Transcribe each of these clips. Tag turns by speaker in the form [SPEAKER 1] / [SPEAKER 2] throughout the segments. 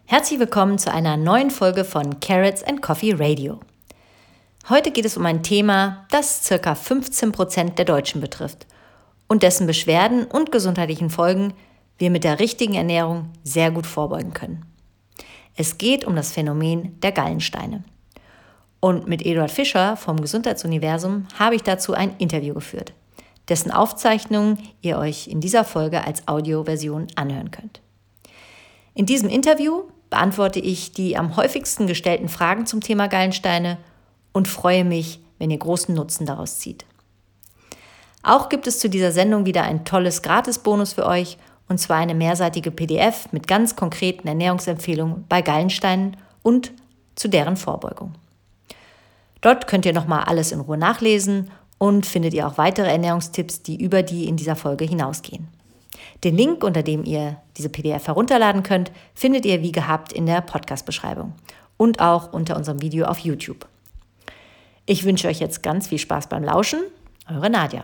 [SPEAKER 1] Herzlich willkommen zu einer neuen Folge von Carrots and Coffee Radio. Heute geht es um ein Thema, das ca. 15% der Deutschen betrifft und dessen Beschwerden und gesundheitlichen Folgen wir mit der richtigen Ernährung sehr gut vorbeugen können. Es geht um das Phänomen der Gallensteine. Und mit Eduard Fischer vom Gesundheitsuniversum habe ich dazu ein Interview geführt, dessen Aufzeichnungen ihr euch in dieser Folge als Audioversion anhören könnt. In diesem Interview beantworte ich die am häufigsten gestellten Fragen zum Thema Gallensteine und freue mich, wenn ihr großen Nutzen daraus zieht. Auch gibt es zu dieser Sendung wieder ein tolles Gratisbonus für euch, und zwar eine mehrseitige PDF mit ganz konkreten Ernährungsempfehlungen bei Gallensteinen und zu deren Vorbeugung. Dort könnt ihr nochmal alles in Ruhe nachlesen und findet ihr auch weitere Ernährungstipps, die über die in dieser Folge hinausgehen. Den Link, unter dem ihr diese PDF herunterladen könnt, findet ihr wie gehabt in der Podcast-Beschreibung und auch unter unserem Video auf YouTube. Ich wünsche euch jetzt ganz viel Spaß beim Lauschen. Eure Nadja.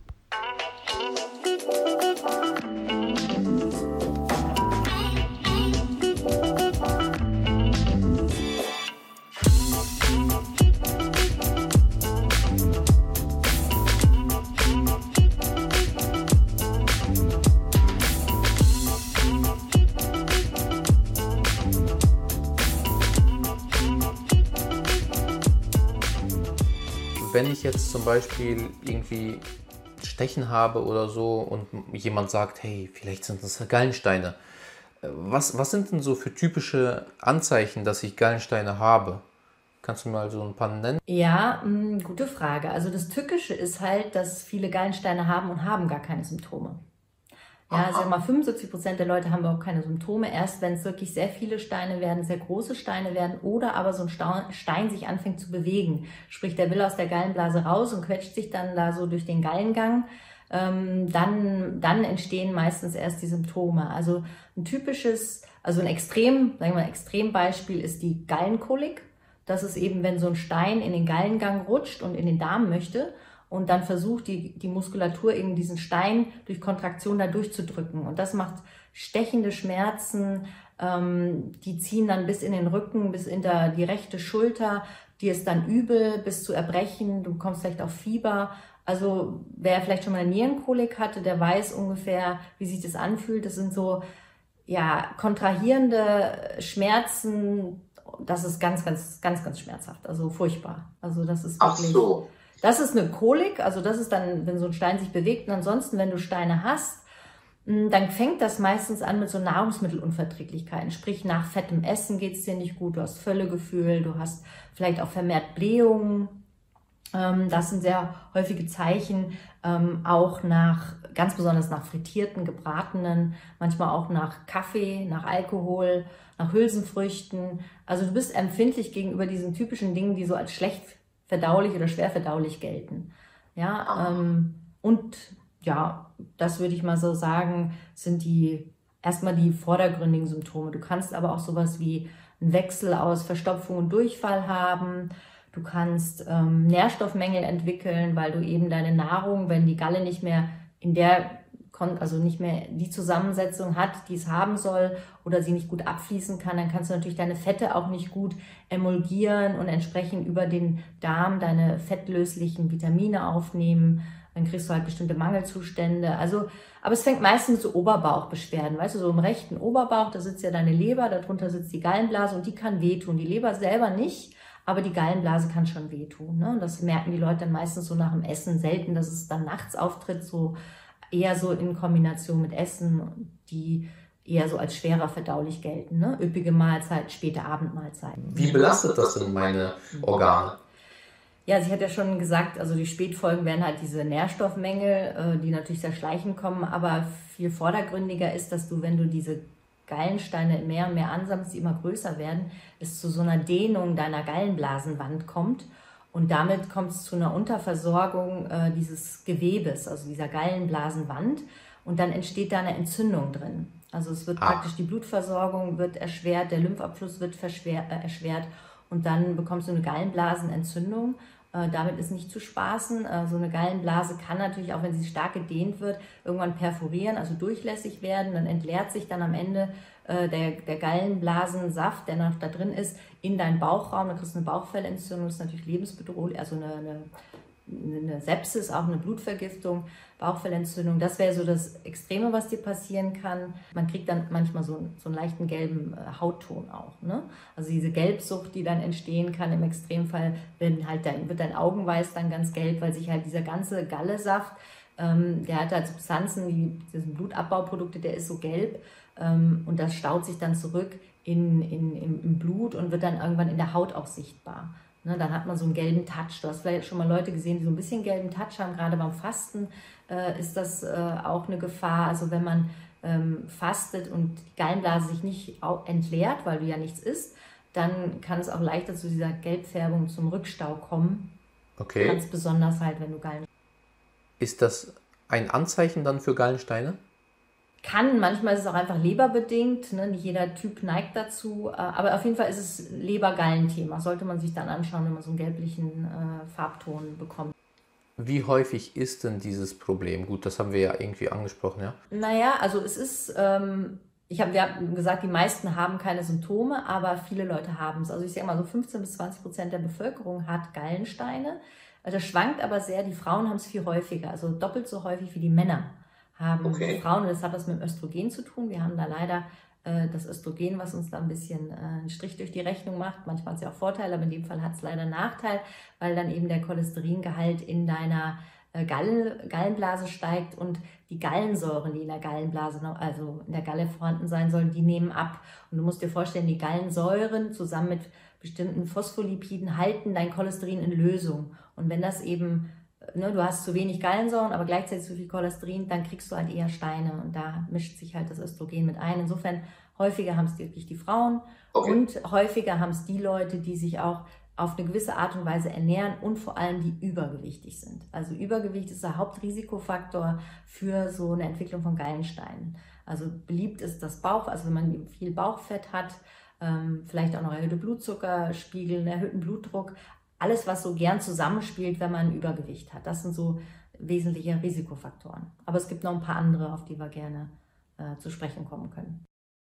[SPEAKER 2] Wenn ich jetzt zum Beispiel irgendwie Stechen habe oder so und jemand sagt, hey, vielleicht sind das Gallensteine. Was sind denn so für typische Anzeichen, dass ich Gallensteine habe? Kannst du mal so ein paar nennen?
[SPEAKER 1] Ja, gute Frage. Also das Tückische ist halt, dass viele Gallensteine haben und haben gar keine Symptome. Ja, sag mal, 75% der Leute haben überhaupt keine Symptome. Erst wenn es wirklich sehr viele Steine werden, sehr große Steine werden oder aber so ein Stein sich anfängt zu bewegen. Sprich, der will aus der Gallenblase raus und quetscht sich dann da so durch den Gallengang. Dann entstehen meistens erst die Symptome. Also ein typisches, also ein Extrembeispiel ist die Gallenkolik. Das ist eben, wenn so ein Stein in den Gallengang rutscht und in den Darm möchte. Und dann versucht die Muskulatur eben diesen Stein durch Kontraktion da durchzudrücken. Und das macht stechende Schmerzen, die ziehen dann bis in den Rücken, bis in die rechte Schulter. Dir ist dann übel, bis zu Erbrechen, du bekommst vielleicht auch Fieber. Also wer vielleicht schon mal eine Nierenkolik hatte, der weiß ungefähr, wie sich das anfühlt. Das sind so kontrahierende Schmerzen. Das ist ganz, ganz, ganz, ganz schmerzhaft, also furchtbar. Also das ist wirklich... Ach so. Das ist eine Kolik, also das ist dann, wenn so ein Stein sich bewegt. Und ansonsten, wenn du Steine hast, dann fängt das meistens an mit so Nahrungsmittelunverträglichkeiten. Sprich, nach fettem Essen geht's dir nicht gut, du hast Völlegefühl, du hast vielleicht auch vermehrt Blähungen. Das sind sehr häufige Zeichen, auch ganz besonders nach frittierten, gebratenen, manchmal auch nach Kaffee, nach Alkohol, nach Hülsenfrüchten. Also du bist empfindlich gegenüber diesen typischen Dingen, die so als schlecht verdaulich oder schwer verdaulich gelten. Ja, und ja, das würde ich mal so sagen, sind erstmal die vordergründigen Symptome. Du kannst aber auch sowas wie einen Wechsel aus Verstopfung und Durchfall haben. Du kannst Nährstoffmängel entwickeln, weil du eben deine Nahrung, wenn die Galle nicht mehr nicht mehr die Zusammensetzung hat, die es haben soll, oder sie nicht gut abfließen kann, dann kannst du natürlich deine Fette auch nicht gut emulgieren und entsprechend über den Darm deine fettlöslichen Vitamine aufnehmen. Dann kriegst du halt bestimmte Mangelzustände. Aber es fängt meistens mit so Oberbauchbeschwerden. Weißt du, so im rechten Oberbauch, da sitzt ja deine Leber, darunter sitzt die Gallenblase und die kann wehtun. Die Leber selber nicht, aber die Gallenblase kann schon wehtun. Ne? Und das merken die Leute dann meistens so nach dem Essen. Selten, dass es dann nachts auftritt, so eher so in Kombination mit Essen, die eher so als schwerer verdaulich gelten. Ne? Üppige Mahlzeiten, späte Abendmahlzeiten.
[SPEAKER 2] Wie belastet das denn meine Organe?
[SPEAKER 1] Ja, sie hat ja schon gesagt, also die Spätfolgen wären halt diese Nährstoffmängel, die natürlich sehr schleichend kommen, aber viel vordergründiger ist, dass du, wenn du diese Gallensteine mehr und mehr ansammelst, die immer größer werden, es zu so einer Dehnung deiner Gallenblasenwand kommt. Und damit kommt es zu einer Unterversorgung dieses Gewebes, also dieser Gallenblasenwand. Und dann entsteht da eine Entzündung drin. Also es wird praktisch, die Blutversorgung wird erschwert, der Lymphabfluss wird erschwert. Und dann bekommst du eine Gallenblasenentzündung. Damit ist nicht zu spaßen. So eine Gallenblase kann natürlich, auch wenn sie stark gedehnt wird, irgendwann perforieren, also durchlässig werden. Dann entleert sich dann am Ende der Gallenblasensaft, der noch da drin ist, in deinen Bauchraum. Dann kriegst du eine Bauchfellentzündung, das ist natürlich lebensbedrohlich, also eine Sepsis, auch eine Blutvergiftung, Bauchfellentzündung. Das wäre so das Extreme, was dir passieren kann. Man kriegt dann manchmal so einen leichten gelben Hautton auch. Ne? Also diese Gelbsucht, die dann entstehen kann im Extremfall, wird dein Augenweiß dann ganz gelb, weil sich halt dieser ganze Gallesaft, der hat halt Substanzen, diese Blutabbauprodukte, der ist so gelb und das staut sich dann zurück im Blut und wird dann irgendwann in der Haut auch sichtbar. Ne, dann hat man so einen gelben Touch. Du hast vielleicht schon mal Leute gesehen, die so ein bisschen gelben Touch haben. Gerade beim Fasten ist das auch eine Gefahr. Also wenn man fastet und die Gallenblase sich nicht entleert, weil du ja nichts isst, dann kann es auch leichter zu dieser Gelbfärbung, zum Rückstau kommen.
[SPEAKER 2] Okay.
[SPEAKER 1] Ganz besonders halt, wenn du Gallen.
[SPEAKER 2] Ist das ein Anzeichen dann für Gallensteine?
[SPEAKER 1] Manchmal ist es auch einfach leberbedingt, ne? Nicht jeder Typ neigt dazu, aber auf jeden Fall ist es Leber-Gallen-Thema. Sollte man sich dann anschauen, wenn man so einen gelblichen Farbton bekommt.
[SPEAKER 2] Wie häufig ist denn dieses Problem? Gut, das haben wir ja irgendwie angesprochen, ja?
[SPEAKER 1] Naja, also es ist, wir haben gesagt, die meisten haben keine Symptome, aber viele Leute haben es. Also ich sage mal, so 15-20% der Bevölkerung hat Gallensteine. Also das schwankt aber sehr, die Frauen haben es viel häufiger, also doppelt so häufig wie die Männer haben die Frauen, und das hat was mit dem Östrogen zu tun. Wir haben da leider das Östrogen, was uns da ein bisschen einen Strich durch die Rechnung macht. Manchmal hat es ja auch Vorteile, aber in dem Fall hat es leider einen Nachteil, weil dann eben der Cholesteringehalt in deiner Gallenblase steigt und die Gallensäuren, die in der Gallenblase, also in der Galle vorhanden sein sollen, die nehmen ab. Und du musst dir vorstellen, die Gallensäuren zusammen mit bestimmten Phospholipiden halten dein Cholesterin in Lösung. Und wenn das eben du hast zu wenig Gallensäuren, aber gleichzeitig zu viel Cholesterin, dann kriegst du halt eher Steine und da mischt sich halt das Östrogen mit ein. Insofern häufiger haben es wirklich die Frauen und häufiger haben es die Leute, die sich auch auf eine gewisse Art und Weise ernähren und vor allem die übergewichtig sind. Also Übergewicht ist der Hauptrisikofaktor für so eine Entwicklung von Gallensteinen. Also beliebt ist das Bauch, also wenn man viel Bauchfett hat, vielleicht auch noch erhöhte Blutzuckerspiegel, einen erhöhten Blutdruck, alles, was so gern zusammenspielt, wenn man Übergewicht hat. Das sind so wesentliche Risikofaktoren. Aber es gibt noch ein paar andere, auf die wir gerne zu sprechen kommen können.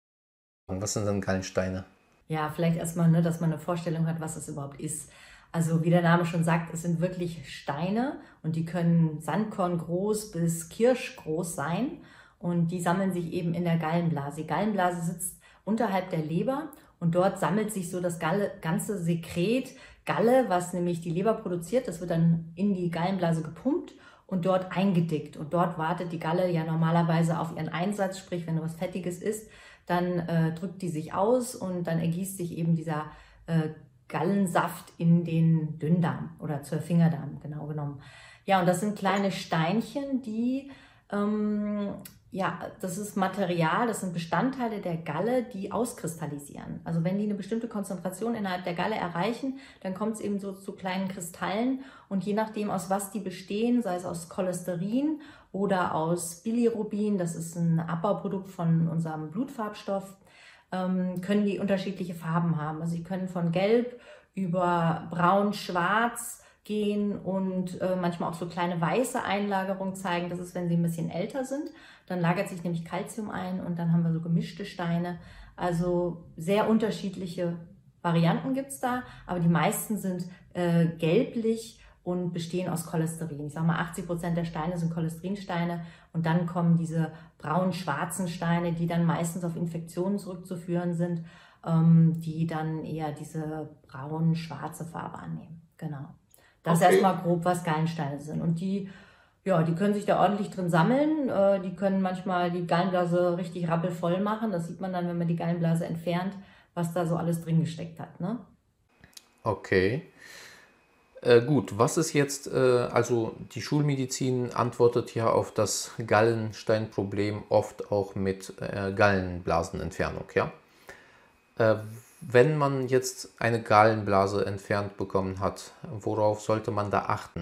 [SPEAKER 2] Und was sind dann Gallensteine?
[SPEAKER 1] Ja, vielleicht erstmal, dass man eine Vorstellung hat, was es überhaupt ist. Also wie der Name schon sagt, es sind wirklich Steine und die können Sandkorngroß bis kirschgroß sein und die sammeln sich eben in der Gallenblase. Die Gallenblase sitzt unterhalb der Leber und dort sammelt sich so das ganze Sekret Galle, was nämlich die Leber produziert. Das wird dann in die Gallenblase gepumpt und dort eingedickt. Und dort wartet die Galle ja normalerweise auf ihren Einsatz, sprich, wenn du was Fettiges isst, dann drückt die sich aus und dann ergießt sich eben dieser Gallensaft in den Dünndarm oder zur Fingerdarm, genau genommen. Ja, und das sind kleine Steinchen, die, das ist Material, das sind Bestandteile der Galle, die auskristallisieren. Also wenn die eine bestimmte Konzentration innerhalb der Galle erreichen, dann kommt es eben so zu kleinen Kristallen und je nachdem, aus was die bestehen, sei es aus Cholesterin oder aus Bilirubin, das ist ein Abbauprodukt von unserem Blutfarbstoff, können die unterschiedliche Farben haben. Also sie können von gelb über braun, schwarz gehen und manchmal auch so kleine weiße Einlagerungen zeigen. Das ist, wenn sie ein bisschen älter sind. Dann lagert sich nämlich Calcium ein und dann haben wir so gemischte Steine. Also sehr unterschiedliche Varianten gibt es da, aber die meisten sind gelblich und bestehen aus Cholesterin. Ich sage mal, 80% der Steine sind Cholesterinsteine und dann kommen diese braun-schwarzen Steine, die dann meistens auf Infektionen zurückzuführen sind, die dann eher diese braun-schwarze Farbe annehmen. Genau. Das ist erstmal grob, was Gallensteine sind. Und die können sich da ordentlich drin sammeln. Die können manchmal die Gallenblase richtig rappelvoll machen. Das sieht man dann, wenn man die Gallenblase entfernt, was da so alles drin gesteckt hat. Ne?
[SPEAKER 2] Okay. Gut, was ist jetzt, also die Schulmedizin antwortet ja auf das Gallensteinproblem oft auch mit Gallenblasenentfernung, ja? Wenn man jetzt eine Gallenblase entfernt bekommen hat, worauf sollte man da achten?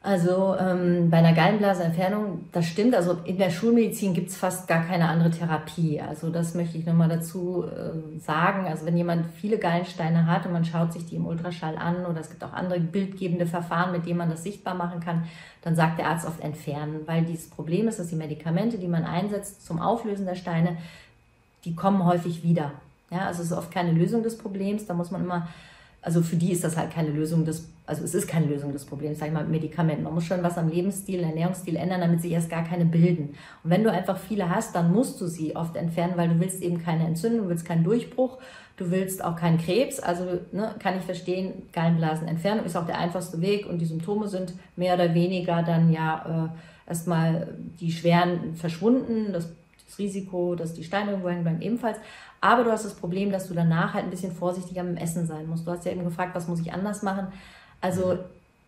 [SPEAKER 1] Also bei einer Gallenblasenentfernung, das stimmt, also in der Schulmedizin gibt es fast gar keine andere Therapie. Also das möchte ich nochmal dazu sagen. Also wenn jemand viele Gallensteine hat und man schaut sich die im Ultraschall an oder es gibt auch andere bildgebende Verfahren, mit denen man das sichtbar machen kann, dann sagt der Arzt oft entfernen, weil dieses Problem ist, dass die Medikamente, die man einsetzt zum Auflösen der Steine, die kommen häufig wieder. Ja, also es ist oft keine Lösung des Problems, da muss man immer... Also für die ist das halt keine Lösung also es ist keine Lösung des Problems, sag ich mal, mit Medikamenten. Man muss schon was am Lebensstil, Ernährungsstil ändern, damit sich erst gar keine bilden. Und wenn du einfach viele hast, dann musst du sie oft entfernen, weil du willst eben keine Entzündung, du willst keinen Durchbruch, du willst auch keinen Krebs. Also kann ich verstehen, Gallenblasenentfernung ist auch der einfachste Weg und die Symptome sind mehr oder weniger dann erstmal die schweren verschwunden, das Risiko, dass die Steine irgendwo hängen bleiben, ebenfalls. Aber du hast das Problem, dass du danach halt ein bisschen vorsichtiger mit dem Essen sein musst. Du hast ja eben gefragt, was muss ich anders machen? Also,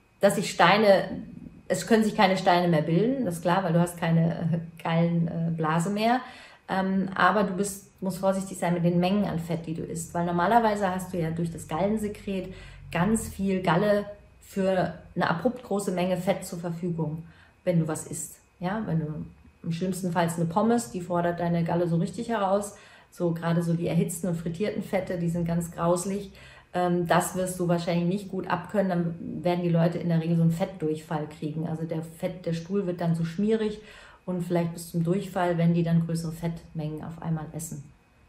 [SPEAKER 1] es können sich keine Steine mehr bilden, das ist klar, weil du hast keine Gallenblase mehr. Aber du musst vorsichtig sein mit den Mengen an Fett, die du isst. Weil normalerweise hast du ja durch das Gallensekret ganz viel Galle für eine abrupt große Menge Fett zur Verfügung, wenn du was isst. Ja, wenn du im schlimmsten Fall eine Pommes, die fordert deine Galle so richtig heraus. So gerade so die erhitzten und frittierten Fette, die sind ganz grauslich. Das wirst du wahrscheinlich nicht gut abkönnen. Dann werden die Leute in der Regel so einen Fettdurchfall kriegen. Also der Stuhl wird dann so schmierig und vielleicht bis zum Durchfall, wenn die dann größere Fettmengen auf einmal essen.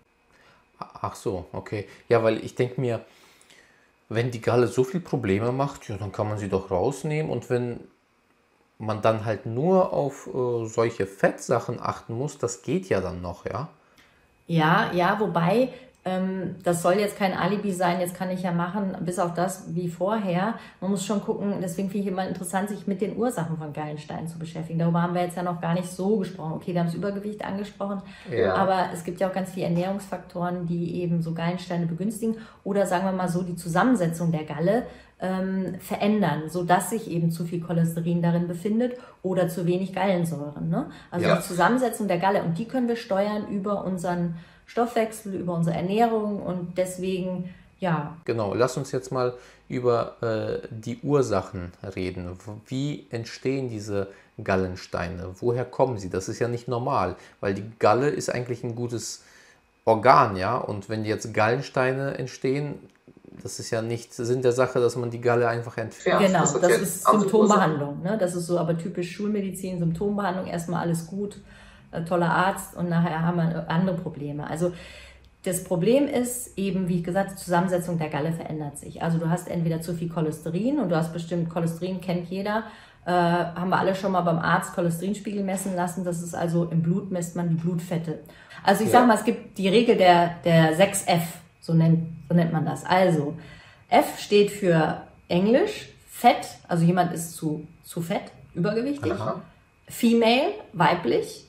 [SPEAKER 2] Ach so, okay. Ja, weil ich denke mir, wenn die Galle so viel Probleme macht, ja, dann kann man sie doch rausnehmen. Und wenn man dann halt nur auf solche Fettsachen achten muss, das geht ja dann noch, ja?
[SPEAKER 1] Ja, wobei, das soll jetzt kein Alibi sein, jetzt kann ich ja machen, bis auf das wie vorher. Man muss schon gucken, deswegen finde ich immer interessant, sich mit den Ursachen von Gallensteinen zu beschäftigen. Darüber haben wir jetzt ja noch gar nicht so gesprochen. Okay, wir haben das Übergewicht angesprochen, ja. Aber es gibt ja auch ganz viele Ernährungsfaktoren, die eben so Gallensteine begünstigen oder sagen wir mal so, die Zusammensetzung der Galle verändern, sodass sich eben zu viel Cholesterin darin befindet oder zu wenig Gallensäuren. Ne? Also ja. Die Zusammensetzung der Galle und die können wir steuern über unseren Stoffwechsel, über unsere Ernährung und deswegen, ja.
[SPEAKER 2] Genau, lass uns jetzt mal über die Ursachen reden. Wie entstehen diese Gallensteine? Woher kommen sie? Das ist ja nicht normal, weil die Galle ist eigentlich ein gutes Organ, ja, und wenn jetzt Gallensteine entstehen, das ist ja nicht Sinn der Sache, dass man die Galle einfach entfernt.
[SPEAKER 1] Genau, das ist Symptombehandlung. Ne? Das ist so aber typisch Schulmedizin, Symptombehandlung, erstmal alles gut, toller Arzt und nachher haben wir andere Probleme. Also das Problem ist eben, wie gesagt, die Zusammensetzung der Galle verändert sich. Also du hast entweder zu viel Cholesterin und du hast bestimmt, Cholesterin kennt jeder, haben wir alle schon mal beim Arzt Cholesterinspiegel messen lassen. Das ist also im Blut misst man die Blutfette. Also ich sag mal, es gibt die Regel der 6F. So nennt man das. Also, F steht für Englisch, Fett, also jemand ist zu fett, übergewichtig. Aha. Female, weiblich.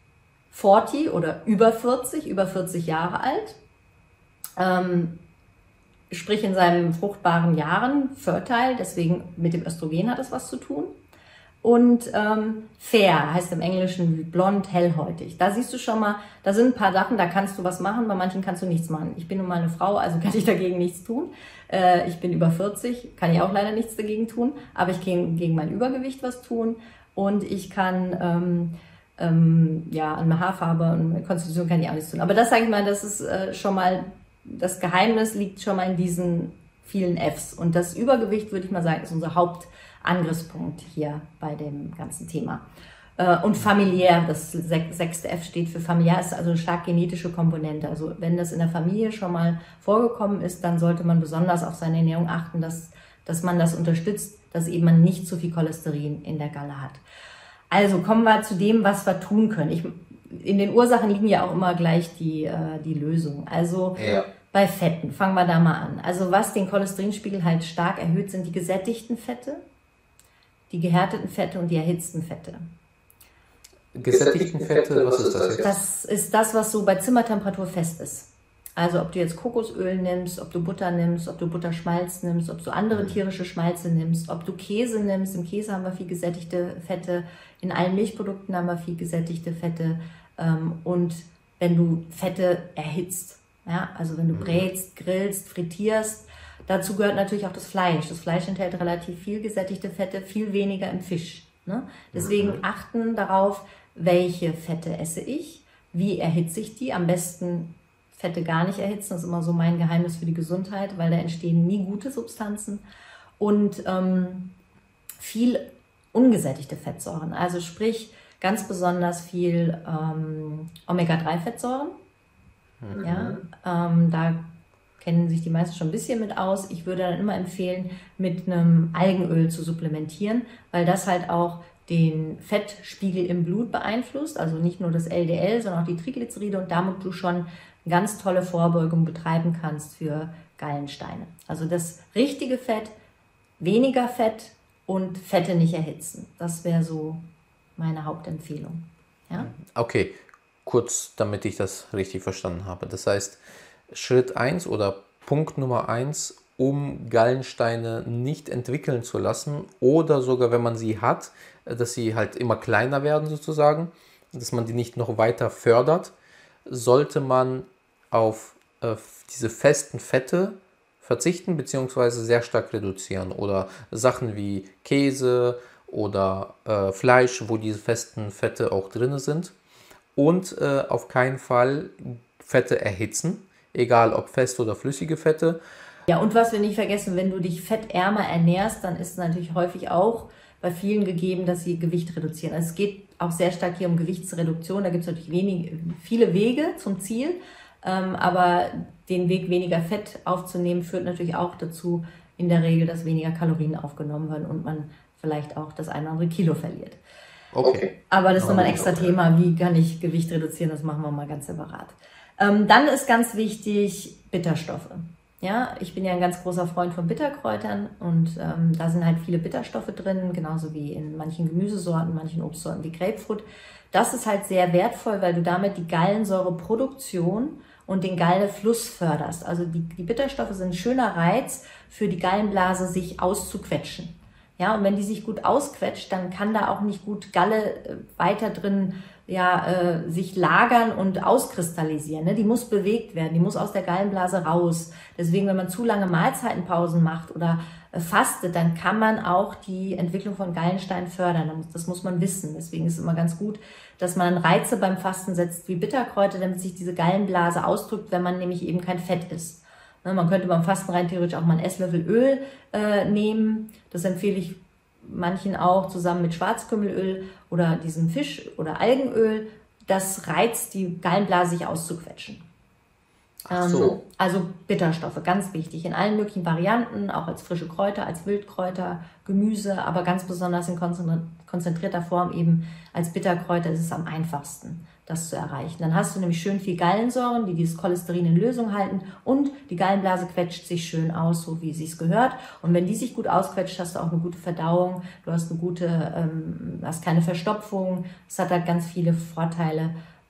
[SPEAKER 1] 40 oder über 40 Jahre alt. Sprich in seinen fruchtbaren Jahren, fertile, deswegen mit dem Östrogen hat es was zu tun. Und fair heißt im Englischen blond, hellhäutig. Da siehst du schon mal, da sind ein paar Sachen, da kannst du was machen, bei manchen kannst du nichts machen. Ich bin nun mal eine Frau, also kann ich dagegen nichts tun. Ich bin über 40, kann ich auch leider nichts dagegen tun, aber ich kann gegen mein Übergewicht was tun und ich kann, an der Haarfarbe und meine Konstitution kann ich auch nichts tun. Aber das sage ich mal, das ist schon mal, das Geheimnis liegt schon mal in diesen vielen Fs. Und das Übergewicht, würde ich mal sagen, ist unser Hauptangriffspunkt hier bei dem ganzen Thema. Und familiär, das 6. F steht für familiär, ist also eine stark genetische Komponente. Also wenn das in der Familie schon mal vorgekommen ist, dann sollte man besonders auf seine Ernährung achten, dass man das unterstützt, dass eben man nicht zu viel Cholesterin in der Galle hat. Also kommen wir zu dem, was wir tun können. In den Ursachen liegen ja auch immer gleich die Lösung. Also bei Fetten, fangen wir da mal an. Also was den Cholesterinspiegel halt stark erhöht, sind die gesättigten Fette, die gehärteten Fette und die erhitzten Fette.
[SPEAKER 2] Gesättigten Fette, was ist das jetzt?
[SPEAKER 1] Das ist das, was so bei Zimmertemperatur fest ist. Also ob du jetzt Kokosöl nimmst, ob du Butter nimmst, ob du Butterschmalz nimmst, ob du andere tierische Schmalze nimmst, ob du Käse nimmst. Im Käse haben wir viel gesättigte Fette, in allen Milchprodukten haben wir viel gesättigte Fette. Und wenn du Fette erhitzt, ja, also wenn du brätst, grillst, frittierst, Dazu gehört natürlich auch das Fleisch. Das Fleisch enthält relativ viel gesättigte Fette, viel weniger im Fisch. Ne? Deswegen achten darauf, welche Fette esse ich, wie erhitze ich die. Am besten Fette gar nicht erhitzen, das ist immer so mein Geheimnis für die Gesundheit, weil da entstehen nie gute Substanzen. Und viel ungesättigte Fettsäuren, also sprich ganz besonders viel Omega-3-Fettsäuren. Ja, da kennen sich die meisten schon ein bisschen mit aus. Ich würde dann immer empfehlen, mit einem Algenöl zu supplementieren, weil das halt auch den Fettspiegel im Blut beeinflusst, also nicht nur das LDL, sondern auch die Triglyceride und damit du schon eine ganz tolle Vorbeugung betreiben kannst für Gallensteine. Also das richtige Fett, weniger Fett und Fette nicht erhitzen. Das wäre so meine Hauptempfehlung. Ja?
[SPEAKER 2] Okay, kurz, damit ich das richtig verstanden habe. Das heißt, Schritt 1 oder Punkt Nummer 1, um Gallensteine nicht entwickeln zu lassen oder sogar, wenn man sie hat, dass sie halt immer kleiner werden sozusagen, dass man die nicht noch weiter fördert, sollte man auf diese festen Fette verzichten bzw. sehr stark reduzieren oder Sachen wie Käse oder Fleisch, wo diese festen Fette auch drin sind und auf keinen Fall Fette erhitzen, egal ob feste oder flüssige Fette.
[SPEAKER 1] Ja, und was wir nicht vergessen, wenn du dich fettärmer ernährst, dann ist es natürlich häufig auch bei vielen gegeben, dass sie Gewicht reduzieren. Also es geht auch sehr stark hier um Gewichtsreduktion. Da gibt es natürlich viele Wege zum Ziel, aber den Weg, weniger Fett aufzunehmen, führt natürlich auch dazu, in der Regel, dass weniger Kalorien aufgenommen werden und man vielleicht auch das eine oder andere Kilo verliert.
[SPEAKER 2] Okay.
[SPEAKER 1] Aber das ist nochmal ein extra Thema. Wie kann ich Gewicht reduzieren? Das machen wir mal ganz separat. Dann ist ganz wichtig Bitterstoffe. Ja, ich bin ja ein ganz großer Freund von Bitterkräutern und da sind halt viele Bitterstoffe drin, genauso wie in manchen Gemüsesorten, manchen Obstsorten wie Grapefruit. Das ist halt sehr wertvoll, weil du damit die Gallensäureproduktion und den Gallenfluss förderst. Also die Bitterstoffe sind ein schöner Reiz für die Gallenblase, sich auszuquetschen. Ja, und wenn die sich gut ausquetscht, dann kann da auch nicht gut Galle weiter drin sich lagern und auskristallisieren. Ne? Die muss bewegt werden, die muss aus der Gallenblase raus. Deswegen, wenn man zu lange Mahlzeitenpausen macht oder fastet, dann kann man auch die Entwicklung von Gallensteinen fördern. Das muss man wissen. Deswegen ist es immer ganz gut, dass man Reize beim Fasten setzt wie Bitterkräuter, damit sich diese Gallenblase ausdrückt, wenn man nämlich eben kein Fett isst. Ne? Man könnte beim Fasten rein theoretisch auch mal einen Esslöffel Öl nehmen. Das empfehle ich manchen auch zusammen mit Schwarzkümmelöl oder diesem Fisch- oder Algenöl. Das reizt die Gallenblase, sich auszuquetschen.
[SPEAKER 2] Ach so.
[SPEAKER 1] Also Bitterstoffe, ganz wichtig. In allen möglichen Varianten, auch als frische Kräuter, als Wildkräuter, Gemüse, aber ganz besonders in konzentrierter Form eben als Bitterkräuter ist es am einfachsten, das zu erreichen. Dann hast du nämlich schön viel Gallensäuren, die dieses Cholesterin in Lösung halten und die Gallenblase quetscht sich schön aus, so wie es sich gehört. Und wenn die sich gut ausquetscht, hast du auch eine gute Verdauung, du hast eine gute, hast keine Verstopfung. Es hat halt ganz viele Vorteile,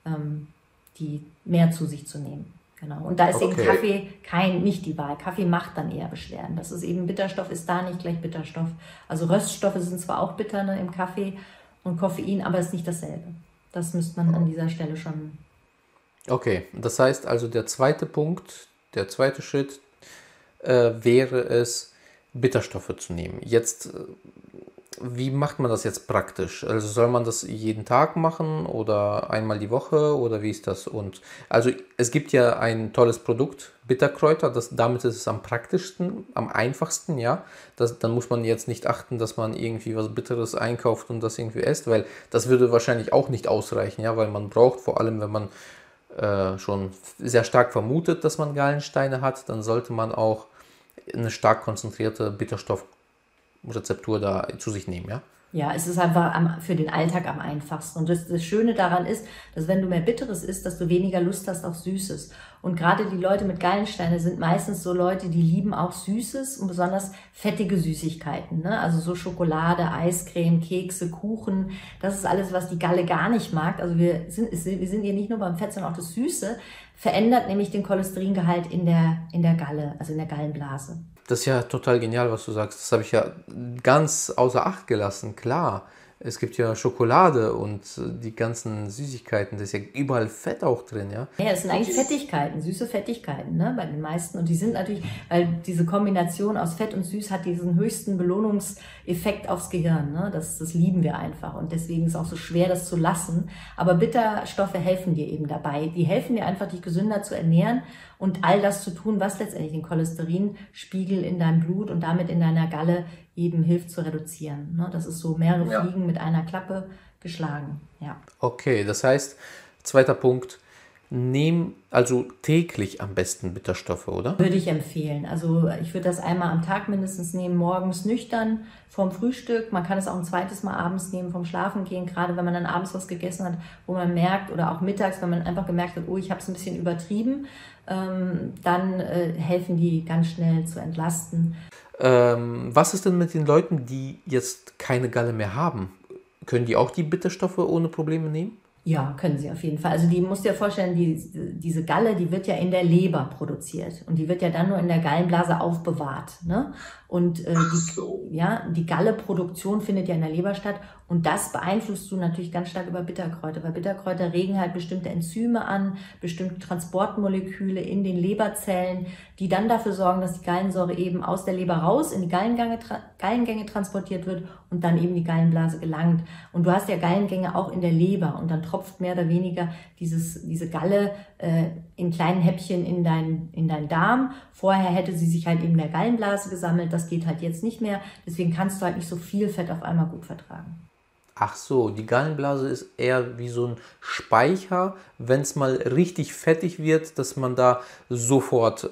[SPEAKER 1] die mehr zu sich zu nehmen. Genau. Und da ist eben Kaffee nicht die Wahl. Kaffee macht dann eher Beschwerden. Das ist eben Bitterstoff, ist da nicht gleich Bitterstoff. Also Röststoffe sind zwar auch bitter im Kaffee und Koffein, aber es ist nicht dasselbe. Das müsste man an dieser Stelle schon.
[SPEAKER 2] Okay, das heißt also der zweite Punkt, der zweite Schritt wäre es, Bitterstoffe zu nehmen. Jetzt, wie macht man das jetzt praktisch? Also soll man das jeden Tag machen oder einmal die Woche oder wie ist das? Und also es gibt ja ein tolles Produkt, Bitterkräuter, damit ist es am praktischsten, am einfachsten, ja. Dann muss man jetzt nicht achten, dass man irgendwie was Bitteres einkauft und das irgendwie isst, weil das würde wahrscheinlich auch nicht ausreichen, ja, weil man braucht, vor allem wenn man schon sehr stark vermutet, dass man Gallensteine hat, dann sollte man auch eine stark konzentrierte Bitterstoffrezeptur da zu sich nehmen, ja?
[SPEAKER 1] Ja, es ist einfach für den Alltag am einfachsten. Und das Schöne daran ist, dass wenn du mehr Bitteres isst, dass du weniger Lust hast auf Süßes. Und gerade die Leute mit Gallensteine sind meistens so Leute, die lieben auch Süßes und besonders fettige Süßigkeiten. Ne? Also so Schokolade, Eiscreme, Kekse, Kuchen. Das ist alles, was die Galle gar nicht mag. Also wir sind hier nicht nur beim Fett, sondern auch das Süße. Verändert nämlich den Cholesteringehalt in der Galle, also in der Gallenblase.
[SPEAKER 2] Das ist ja total genial, was du sagst. Das habe ich ja ganz außer Acht gelassen. Klar, Es gibt ja Schokolade und die ganzen Süßigkeiten, da ist ja überall Fett auch drin, ja?
[SPEAKER 1] Ja, das sind eigentlich Fettigkeiten, süße Fettigkeiten, ne, bei den meisten. Und die sind natürlich, weil diese Kombination aus Fett und Süß hat diesen höchsten Belohnungseffekt aufs Gehirn, ne? Das lieben wir einfach. Und deswegen ist es auch so schwer, das zu lassen. Aber Bitterstoffe helfen dir eben dabei. Die helfen dir einfach, dich gesünder zu ernähren und all das zu tun, was letztendlich den Cholesterinspiegel in deinem Blut und damit in deiner Galle eben hilft zu reduzieren. Ne? Das ist so mehrere Fliegen mit einer Klappe geschlagen. Ja.
[SPEAKER 2] Okay, das heißt, zweiter Punkt, also täglich am besten Bitterstoffe, oder?
[SPEAKER 1] Würde ich empfehlen. Also ich würde das einmal am Tag mindestens nehmen, morgens nüchtern vorm Frühstück. Man kann es auch ein zweites Mal abends nehmen vorm Schlafengehen, gerade wenn man dann abends was gegessen hat, wo man merkt, oder auch mittags, wenn man einfach gemerkt hat, oh, ich habe es ein bisschen übertrieben, dann helfen die ganz schnell zu entlasten.
[SPEAKER 2] Was ist denn mit den Leuten, die jetzt keine Galle mehr haben? Können die auch die Bitterstoffe ohne Probleme nehmen?
[SPEAKER 1] Ja, können sie auf jeden Fall. Also die musst du dir vorstellen, diese Galle, die wird ja in der Leber produziert und die wird ja dann nur in der Gallenblase aufbewahrt. Ne? Und die Galleproduktion findet ja in der Leber statt und das beeinflusst du natürlich ganz stark über Bitterkräuter, weil Bitterkräuter regen halt bestimmte Enzyme an, bestimmte Transportmoleküle in den Leberzellen, die dann dafür sorgen, dass die Gallensäure eben aus der Leber raus in die Gallengänge transportiert wird und dann eben die Gallenblase gelangt. Und du hast ja Gallengänge auch in der Leber und dann tropft mehr oder weniger diese Galle in kleinen Häppchen in deinen Darm. Vorher hätte sie sich halt in der Gallenblase gesammelt, das geht halt jetzt nicht mehr. Deswegen kannst du halt nicht so viel Fett auf einmal gut vertragen.
[SPEAKER 2] Ach so, die Gallenblase ist eher wie so ein Speicher, wenn es mal richtig fettig wird, dass man da sofort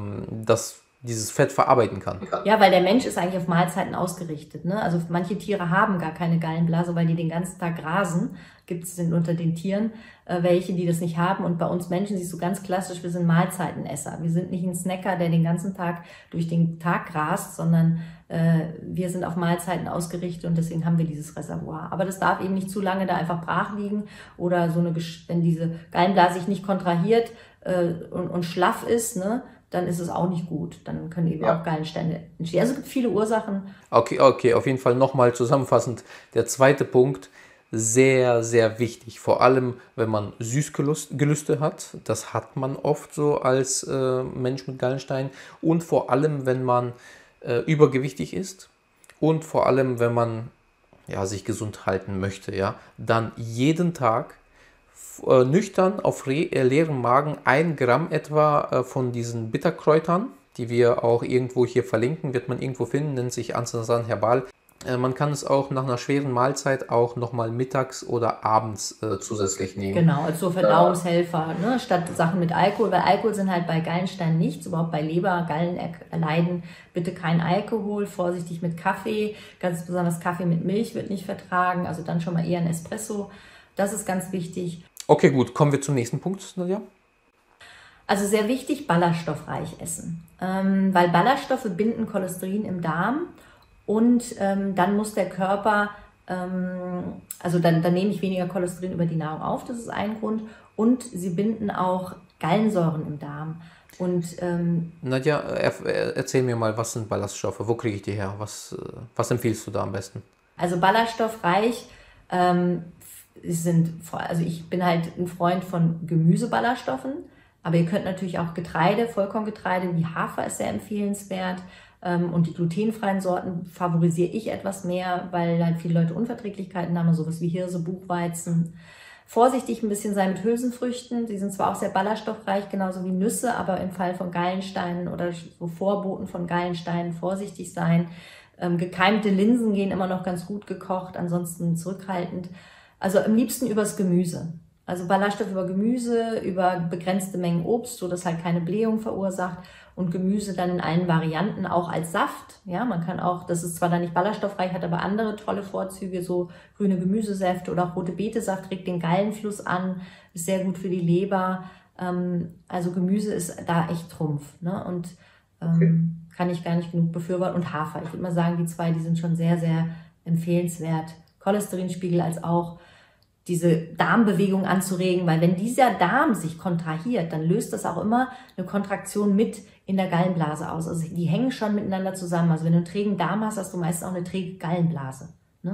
[SPEAKER 2] dieses Fett verarbeiten kann.
[SPEAKER 1] Ja, weil der Mensch ist eigentlich auf Mahlzeiten ausgerichtet. Ne? Also manche Tiere haben gar keine Gallenblase, weil die den ganzen Tag grasen. Gibt es unter den Tieren welche, die das nicht haben. Und bei uns Menschen siehst du ganz klassisch, wir sind Mahlzeitenesser. Wir sind nicht ein Snacker, der den ganzen Tag durch den Tag grast, sondern wir sind auf Mahlzeiten ausgerichtet und deswegen haben wir dieses Reservoir. Aber das darf eben nicht zu lange da einfach brach liegen oder wenn diese Gallenblase sich nicht kontrahiert und schlaff ist, ne, dann ist es auch nicht gut. Dann können eben auch Gallensteine entstehen. Also es gibt viele Ursachen.
[SPEAKER 2] Okay, auf jeden Fall nochmal zusammenfassend. Der zweite Punkt, sehr, sehr wichtig. Vor allem, wenn man Süßgelüste hat. Das hat man oft so als Mensch mit Gallenstein. Und vor allem, wenn man übergewichtig ist. Und vor allem, wenn man sich gesund halten möchte. Ja, dann jeden Tag nüchtern auf leerem Magen 1 Gramm etwa von diesen Bitterkräutern, die wir auch irgendwo hier verlinken, wird man irgendwo finden, nennt sich Ansansan Herbal. Man kann es auch nach einer schweren Mahlzeit auch nochmal mittags oder abends zusätzlich nehmen.
[SPEAKER 1] Genau, als so Verdauungshelfer, ne, statt Sachen mit Alkohol, weil Alkohol sind halt bei Gallenstein nichts, überhaupt bei Leber, Gallenleiden bitte kein Alkohol, vorsichtig mit Kaffee, ganz besonders Kaffee mit Milch wird nicht vertragen, also dann schon mal eher ein Espresso, das ist ganz wichtig.
[SPEAKER 2] Okay, gut, kommen wir zum nächsten Punkt, Nadja.
[SPEAKER 1] Also sehr wichtig, ballaststoffreich essen, weil Ballaststoffe binden Cholesterin im Darm. Und dann muss der Körper, also dann nehme ich weniger Cholesterin über die Nahrung auf, das ist ein Grund. Und sie binden auch Gallensäuren im Darm. Und
[SPEAKER 2] Nadja, erzähl mir mal, was sind Ballaststoffe? Wo kriege ich die her? Was empfiehlst du da am besten?
[SPEAKER 1] Also ballaststoffreich also ich bin halt ein Freund von Gemüseballaststoffen, aber ihr könnt natürlich auch Getreide, Vollkorngetreide wie Hafer ist sehr empfehlenswert. Und die glutenfreien Sorten favorisiere ich etwas mehr, weil halt viele Leute Unverträglichkeiten haben, sowas wie Hirse, Buchweizen. Vorsichtig ein bisschen sein mit Hülsenfrüchten. Die sind zwar auch sehr ballaststoffreich, genauso wie Nüsse, aber im Fall von Gallensteinen oder so Vorboten von Gallensteinen vorsichtig sein. Gekeimte Linsen gehen immer noch ganz gut gekocht, ansonsten zurückhaltend. Also am liebsten übers Gemüse. Also Ballaststoff über Gemüse, über begrenzte Mengen Obst, so dass halt keine Blähung verursacht. Und Gemüse dann in allen Varianten, auch als Saft. Ja, man kann auch, das ist zwar dann nicht ballaststoffreich, hat aber andere tolle Vorzüge, so grüne Gemüsesäfte oder auch rote Betesaft regt den Gallenfluss an, ist sehr gut für die Leber. Also Gemüse ist da echt Trumpf, ne? Und kann ich gar nicht genug befürworten. Und Hafer, ich würde mal sagen, die zwei, die sind schon sehr, sehr empfehlenswert. Cholesterinspiegel als auch diese Darmbewegung anzuregen, weil wenn dieser Darm sich kontrahiert, dann löst das auch immer eine Kontraktion mit in der Gallenblase aus. Also die hängen schon miteinander zusammen. Also wenn du einen trägen Darm hast, hast du meistens auch eine träge Gallenblase. Ne?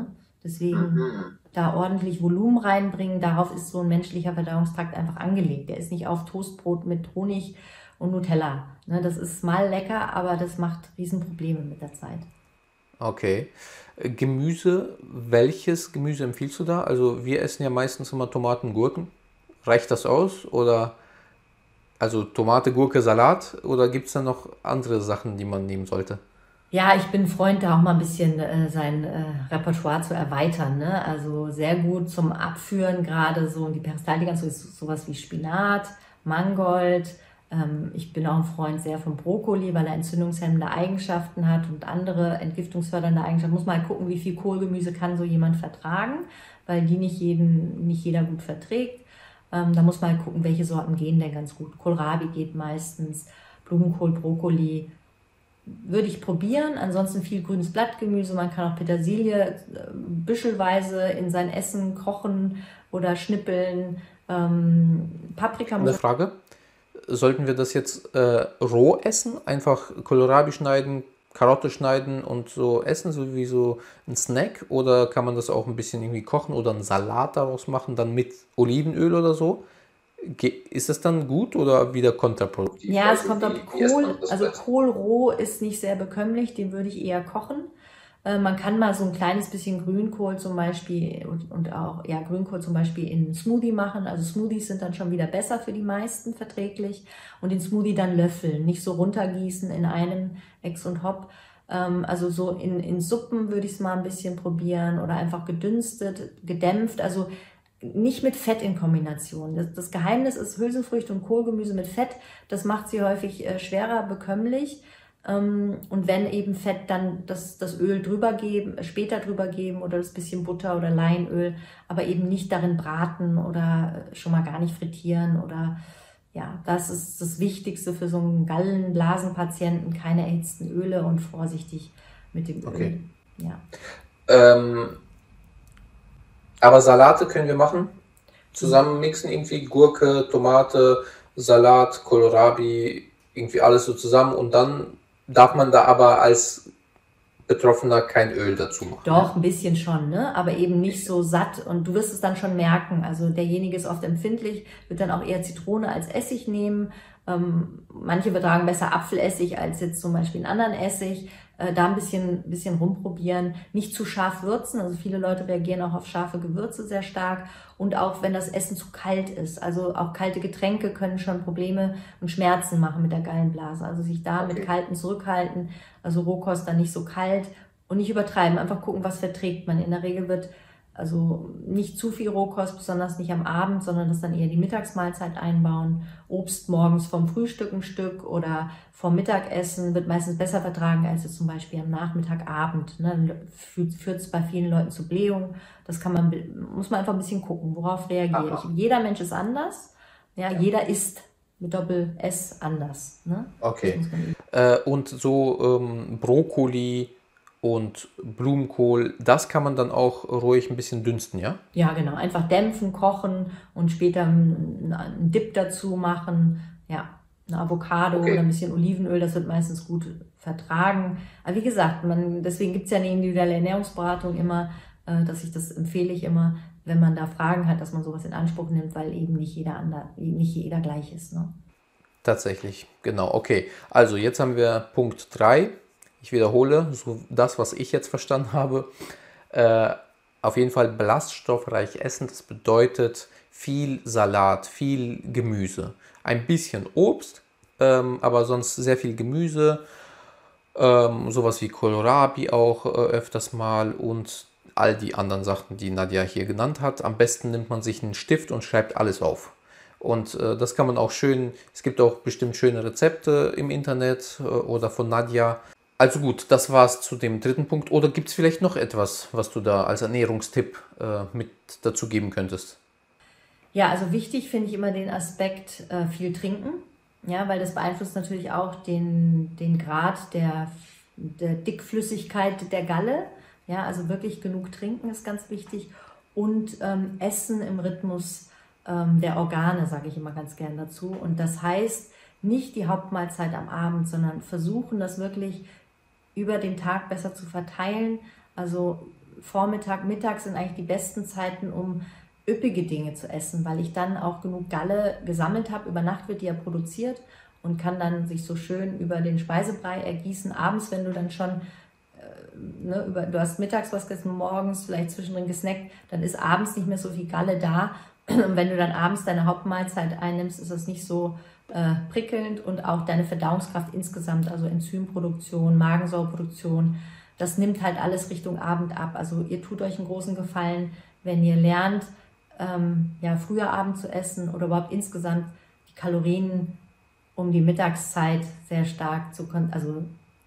[SPEAKER 1] Deswegen da ordentlich Volumen reinbringen, darauf ist so ein menschlicher Verdauungstrakt einfach angelegt. Der ist nicht auf Toastbrot mit Honig und Nutella. Ne, das ist mal lecker, aber das macht Riesenprobleme mit der Zeit.
[SPEAKER 2] Okay. Gemüse, welches Gemüse empfiehlst du da? Also wir essen ja meistens immer Tomaten, Gurken. Reicht das aus? Oder also Tomate, Gurke, Salat? Oder gibt es da noch andere Sachen, die man nehmen sollte?
[SPEAKER 1] Ja, ich bin Freund, da auch mal ein bisschen sein Repertoire zu erweitern. Ne? Also sehr gut zum Abführen, gerade so in die Peristaltika, so ist sowas wie Spinat, Mangold. Ich bin auch ein Freund sehr von Brokkoli, weil er entzündungshemmende Eigenschaften hat und andere entgiftungsfördernde Eigenschaften. Muss mal gucken, wie viel Kohlgemüse kann so jemand vertragen, weil die nicht jeder gut verträgt. Da muss man gucken, welche Sorten gehen denn ganz gut. Kohlrabi geht meistens, Blumenkohl, Brokkoli würde ich probieren. Ansonsten viel grünes Blattgemüse. Man kann auch Petersilie büschelweise in sein Essen kochen oder schnippeln. Paprika
[SPEAKER 2] Eine Frage. Sollten wir das jetzt roh essen? Einfach Kohlrabi schneiden, Karotte schneiden und so essen, so wie so ein Snack? Oder kann man das auch ein bisschen irgendwie kochen oder einen Salat daraus machen, dann mit Olivenöl oder so? Ist das dann gut oder wieder kontraproduktiv?
[SPEAKER 1] Ja, es kommt auf Kohl. Also Kohl roh ist nicht sehr bekömmlich, den würde ich eher kochen. Man kann mal so ein kleines bisschen Grünkohl zum Beispiel und auch Grünkohl zum Beispiel in einen Smoothie machen. Also Smoothies sind dann schon wieder besser für die meisten verträglich. Und den Smoothie dann löffeln, nicht so runtergießen in einem Ex und Hop. Also so in Suppen würde ich es mal ein bisschen probieren oder einfach gedünstet, gedämpft. Also nicht mit Fett in Kombination. Das Geheimnis ist Hülsenfrüchte und Kohlgemüse mit Fett. Das macht sie häufig schwerer bekömmlich. Und wenn eben Fett, dann das Öl später drüber geben oder das bisschen Butter oder Leinöl, aber eben nicht darin braten oder schon mal gar nicht frittieren oder ja, das ist das Wichtigste für so einen Gallenblasenpatienten, keine erhitzten Öle und vorsichtig mit dem Öl.
[SPEAKER 2] Okay.
[SPEAKER 1] Ja.
[SPEAKER 2] Aber Salate können wir machen. Zusammen mixen irgendwie Gurke, Tomate, Salat, Kohlrabi, irgendwie alles so zusammen und dann darf man da aber als Betroffener kein Öl dazu machen.
[SPEAKER 1] Doch, ein bisschen schon, ne? Aber eben nicht so satt und du wirst es dann schon merken. Also derjenige ist oft empfindlich, wird dann auch eher Zitrone als Essig nehmen. Manche vertragen besser Apfelessig als jetzt zum Beispiel einen anderen Essig. Da ein bisschen rumprobieren, nicht zu scharf würzen. Also viele Leute reagieren auch auf scharfe Gewürze sehr stark. Und auch wenn das Essen zu kalt ist. Also auch kalte Getränke können schon Probleme und Schmerzen machen mit der Gallenblase. Also sich da mit Kalten zurückhalten. Also Rohkost dann nicht so kalt und nicht übertreiben. Einfach gucken, was verträgt man. In der Regel wird also nicht zu viel Rohkost, besonders nicht am Abend, sondern das dann eher die Mittagsmahlzeit einbauen. Obst morgens vom Frühstück ein Stück oder vom Mittagessen wird meistens besser vertragen als jetzt zum Beispiel am Nachmittag, Abend. Ne? Dann führt es bei vielen Leuten zu Blähungen. Das muss man einfach ein bisschen gucken, worauf reagiere ich. Jeder Mensch ist anders. Ja, jeder isst mit Doppel-S anders. Ne?
[SPEAKER 2] Okay. Und so Brokkoli und Blumenkohl, das kann man dann auch ruhig ein bisschen dünsten, ja?
[SPEAKER 1] Ja, genau. Einfach dämpfen, kochen und später einen Dip dazu machen. Ja, eine Avocado oder ein bisschen Olivenöl, das wird meistens gut vertragen. Aber wie gesagt, deswegen gibt es ja eine individuelle Ernährungsberatung immer, das empfehle ich immer, wenn man da Fragen hat, dass man sowas in Anspruch nimmt, weil eben nicht jeder gleich ist. Ne?
[SPEAKER 2] Tatsächlich, genau. Okay, also jetzt haben wir Punkt 3. Ich wiederhole, so das, was ich jetzt verstanden habe. Auf jeden Fall ballaststoffreich essen. Das bedeutet viel Salat, viel Gemüse. Ein bisschen Obst, aber sonst sehr viel Gemüse. Sowas wie Kohlrabi auch öfters mal und all die anderen Sachen, die Nadja hier genannt hat. Am besten nimmt man sich einen Stift und schreibt alles auf. Und das kann man auch schön, es gibt auch bestimmt schöne Rezepte im Internet oder von Nadja. Also gut, das war's zu dem dritten Punkt. Oder gibt es vielleicht noch etwas, was du da als Ernährungstipp mit dazu geben könntest?
[SPEAKER 1] Ja, also wichtig finde ich immer den Aspekt viel trinken. Ja, weil das beeinflusst natürlich auch den Grad der Dickflüssigkeit der Galle. Ja, also wirklich genug trinken ist ganz wichtig. Und Essen im Rhythmus der Organe, sage ich immer ganz gern dazu. Und das heißt, nicht die Hauptmahlzeit am Abend, sondern versuchen, das wirklich über den Tag besser zu verteilen. Also Vormittag, Mittag sind eigentlich die besten Zeiten, um üppige Dinge zu essen, weil ich dann auch genug Galle gesammelt habe. Über Nacht wird die ja produziert und kann dann sich so schön über den Speisebrei ergießen. Abends, wenn du dann schon, du hast mittags was gegessen, morgens vielleicht zwischendrin gesnackt, dann ist abends nicht mehr so viel Galle da. Und wenn du dann abends deine Hauptmahlzeit einnimmst, ist das nicht so prickelnd und auch deine Verdauungskraft insgesamt, also Enzymproduktion, Magensäureproduktion, das nimmt halt alles Richtung Abend ab. Also ihr tut euch einen großen Gefallen, wenn ihr lernt, früher Abend zu essen oder überhaupt insgesamt die Kalorien um die Mittagszeit sehr stark also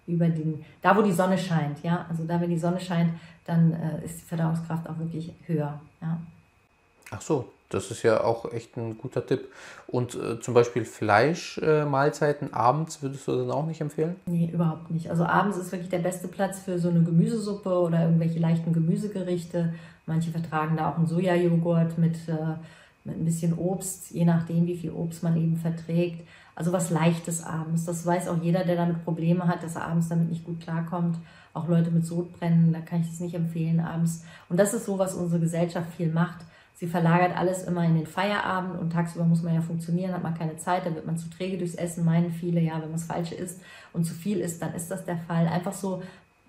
[SPEAKER 1] da wo die Sonne scheint, ja, also da wenn die Sonne scheint, dann ist die Verdauungskraft auch wirklich höher, ja.
[SPEAKER 2] Ach so, das ist ja auch echt ein guter Tipp. Und zum Beispiel Fleischmahlzeiten abends würdest du dann auch nicht empfehlen?
[SPEAKER 1] Nee, überhaupt nicht. Also abends ist wirklich der beste Platz für so eine Gemüsesuppe oder irgendwelche leichten Gemüsegerichte. Manche vertragen da auch einen Sojajoghurt mit ein bisschen Obst, je nachdem, wie viel Obst man eben verträgt. Also was Leichtes abends. Das weiß auch jeder, der damit Probleme hat, dass er abends damit nicht gut klarkommt. Auch Leute mit Sodbrennen, da kann ich das nicht empfehlen abends. Und das ist so, was unsere Gesellschaft viel macht. Sie verlagert alles immer in den Feierabend und tagsüber muss man ja funktionieren, hat man keine Zeit, dann wird man zu träge durchs Essen, meinen viele, ja, wenn man das Falsche isst und zu viel isst, dann ist das der Fall. Einfach so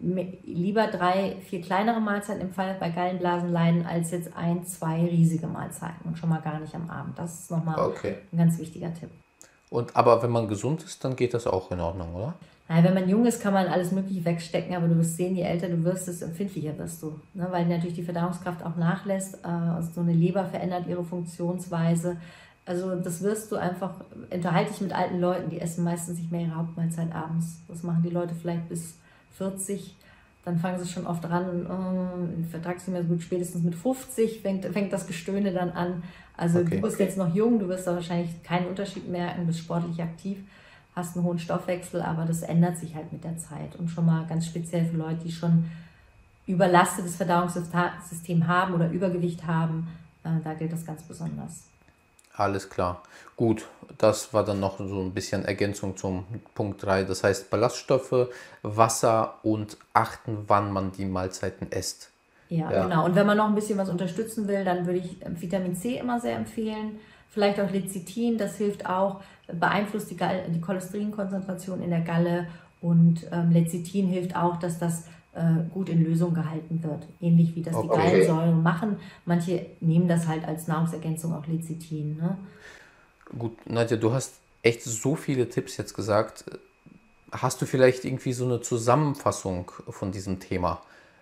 [SPEAKER 1] lieber 3, 4 kleinere Mahlzeiten im Fall bei Gallenblasen leiden, als jetzt 1, 2 riesige Mahlzeiten und schon mal gar nicht am Abend. Das ist nochmal ein ganz wichtiger Tipp.
[SPEAKER 2] Aber wenn man gesund ist, dann geht das auch in Ordnung, oder?
[SPEAKER 1] Naja, wenn man jung ist, kann man alles Mögliche wegstecken, aber du wirst sehen, je älter du wirst, desto empfindlicher wirst du. Ne? Weil natürlich die Verdauungskraft auch nachlässt. Also so eine Leber verändert ihre Funktionsweise. Also das wirst du einfach, unterhalte dich mit alten Leuten, die essen meistens nicht mehr ihre Hauptmahlzeit abends. Das machen die Leute vielleicht bis 40, dann fangen sie schon oft an und vertragst nicht mehr so gut. Spätestens mit 50 fängt das Gestöhne dann an. Also du bist jetzt noch jung, du wirst da wahrscheinlich keinen Unterschied merken, bist sportlich aktiv, hast einen hohen Stoffwechsel, aber das ändert sich halt mit der Zeit. Und schon mal ganz speziell für Leute, die schon überlastetes Verdauungssystem haben oder Übergewicht haben, da gilt das ganz besonders.
[SPEAKER 2] Alles klar. Gut, das war dann noch so ein bisschen Ergänzung zum Punkt 3. Das heißt Ballaststoffe, Wasser und achten, wann man die Mahlzeiten isst.
[SPEAKER 1] Ja, genau. Und wenn man noch ein bisschen was unterstützen will, dann würde ich Vitamin C immer sehr empfehlen. Vielleicht auch Lecithin, das hilft auch, beeinflusst die Cholesterinkonzentration in der Galle. Und Lecithin hilft auch, dass das gut in Lösung gehalten wird. Ähnlich wie das die Gallensäuren machen. Manche nehmen das halt als Nahrungsergänzung auch Lecithin. Ne?
[SPEAKER 2] Gut, Nadja, du hast echt so viele Tipps jetzt gesagt. Hast du vielleicht irgendwie so eine Zusammenfassung von diesem Thema?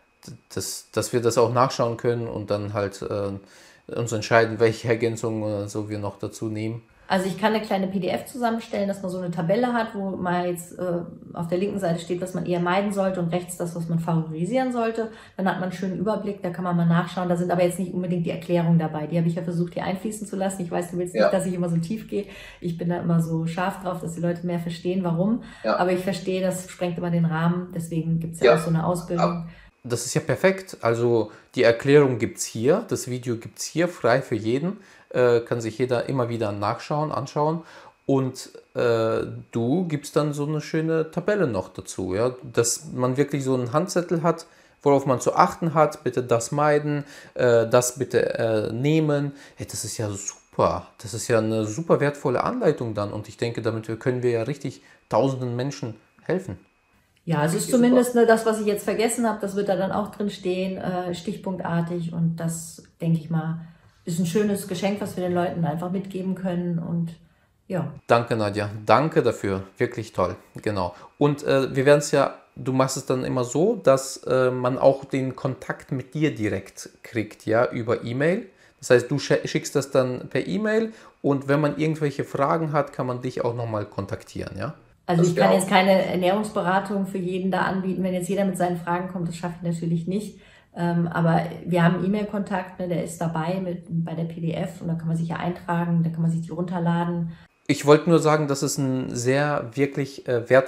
[SPEAKER 2] Dass wir das auch nachschauen können und dann halt uns entscheiden, welche Ergänzungen oder so wir noch dazu nehmen.
[SPEAKER 1] Also ich kann eine kleine PDF zusammenstellen, dass man so eine Tabelle hat, wo mal jetzt auf der linken Seite steht, was man eher meiden sollte und rechts das, was man favorisieren sollte. Dann hat man einen schönen Überblick, da kann man mal nachschauen. Da sind aber jetzt nicht unbedingt die Erklärungen dabei. Die habe ich ja versucht, hier einfließen zu lassen. Ich weiß, du willst nicht, dass ich immer so tief gehe. Ich bin da immer so scharf drauf, dass die Leute mehr verstehen, warum. Ja. Aber ich verstehe, das sprengt immer den Rahmen. Deswegen gibt es ja auch so eine Ausbildung.
[SPEAKER 2] Das ist ja perfekt. Also die Erklärung gibt es hier, das Video gibt es hier, frei für jeden. Kann sich jeder immer wieder anschauen. Und du gibst dann so eine schöne Tabelle noch dazu, ja? Dass man wirklich so einen Handzettel hat, worauf man zu achten hat. Bitte das meiden, das bitte nehmen. Hey, das ist ja super. Das ist ja eine super wertvolle Anleitung dann. Und ich denke, damit können wir ja richtig tausenden Menschen helfen.
[SPEAKER 1] Ja, es ist zumindest das, was ich jetzt vergessen habe, das wird da dann auch drin stehen, stichpunktartig. Und das, denke ich mal, ist ein schönes Geschenk, was wir den Leuten einfach mitgeben können. Und ja.
[SPEAKER 2] Danke, Nadja. Danke dafür. Wirklich toll. Genau. Und wir werden es ja, du machst es dann immer so, dass man auch den Kontakt mit dir direkt kriegt, ja, über E-Mail. Das heißt, du schickst das dann per E-Mail und wenn man irgendwelche Fragen hat, kann man dich auch nochmal kontaktieren, ja?
[SPEAKER 1] Also ich kann jetzt keine Ernährungsberatung für jeden da anbieten, wenn jetzt jeder mit seinen Fragen kommt, das schaffe ich natürlich nicht. Aber wir haben E-Mail-Kontakt, ne, der ist dabei bei der PDF und da kann man sich ja eintragen, da kann man sich die runterladen.
[SPEAKER 2] Ich wollte nur sagen, das ist eine sehr wirklich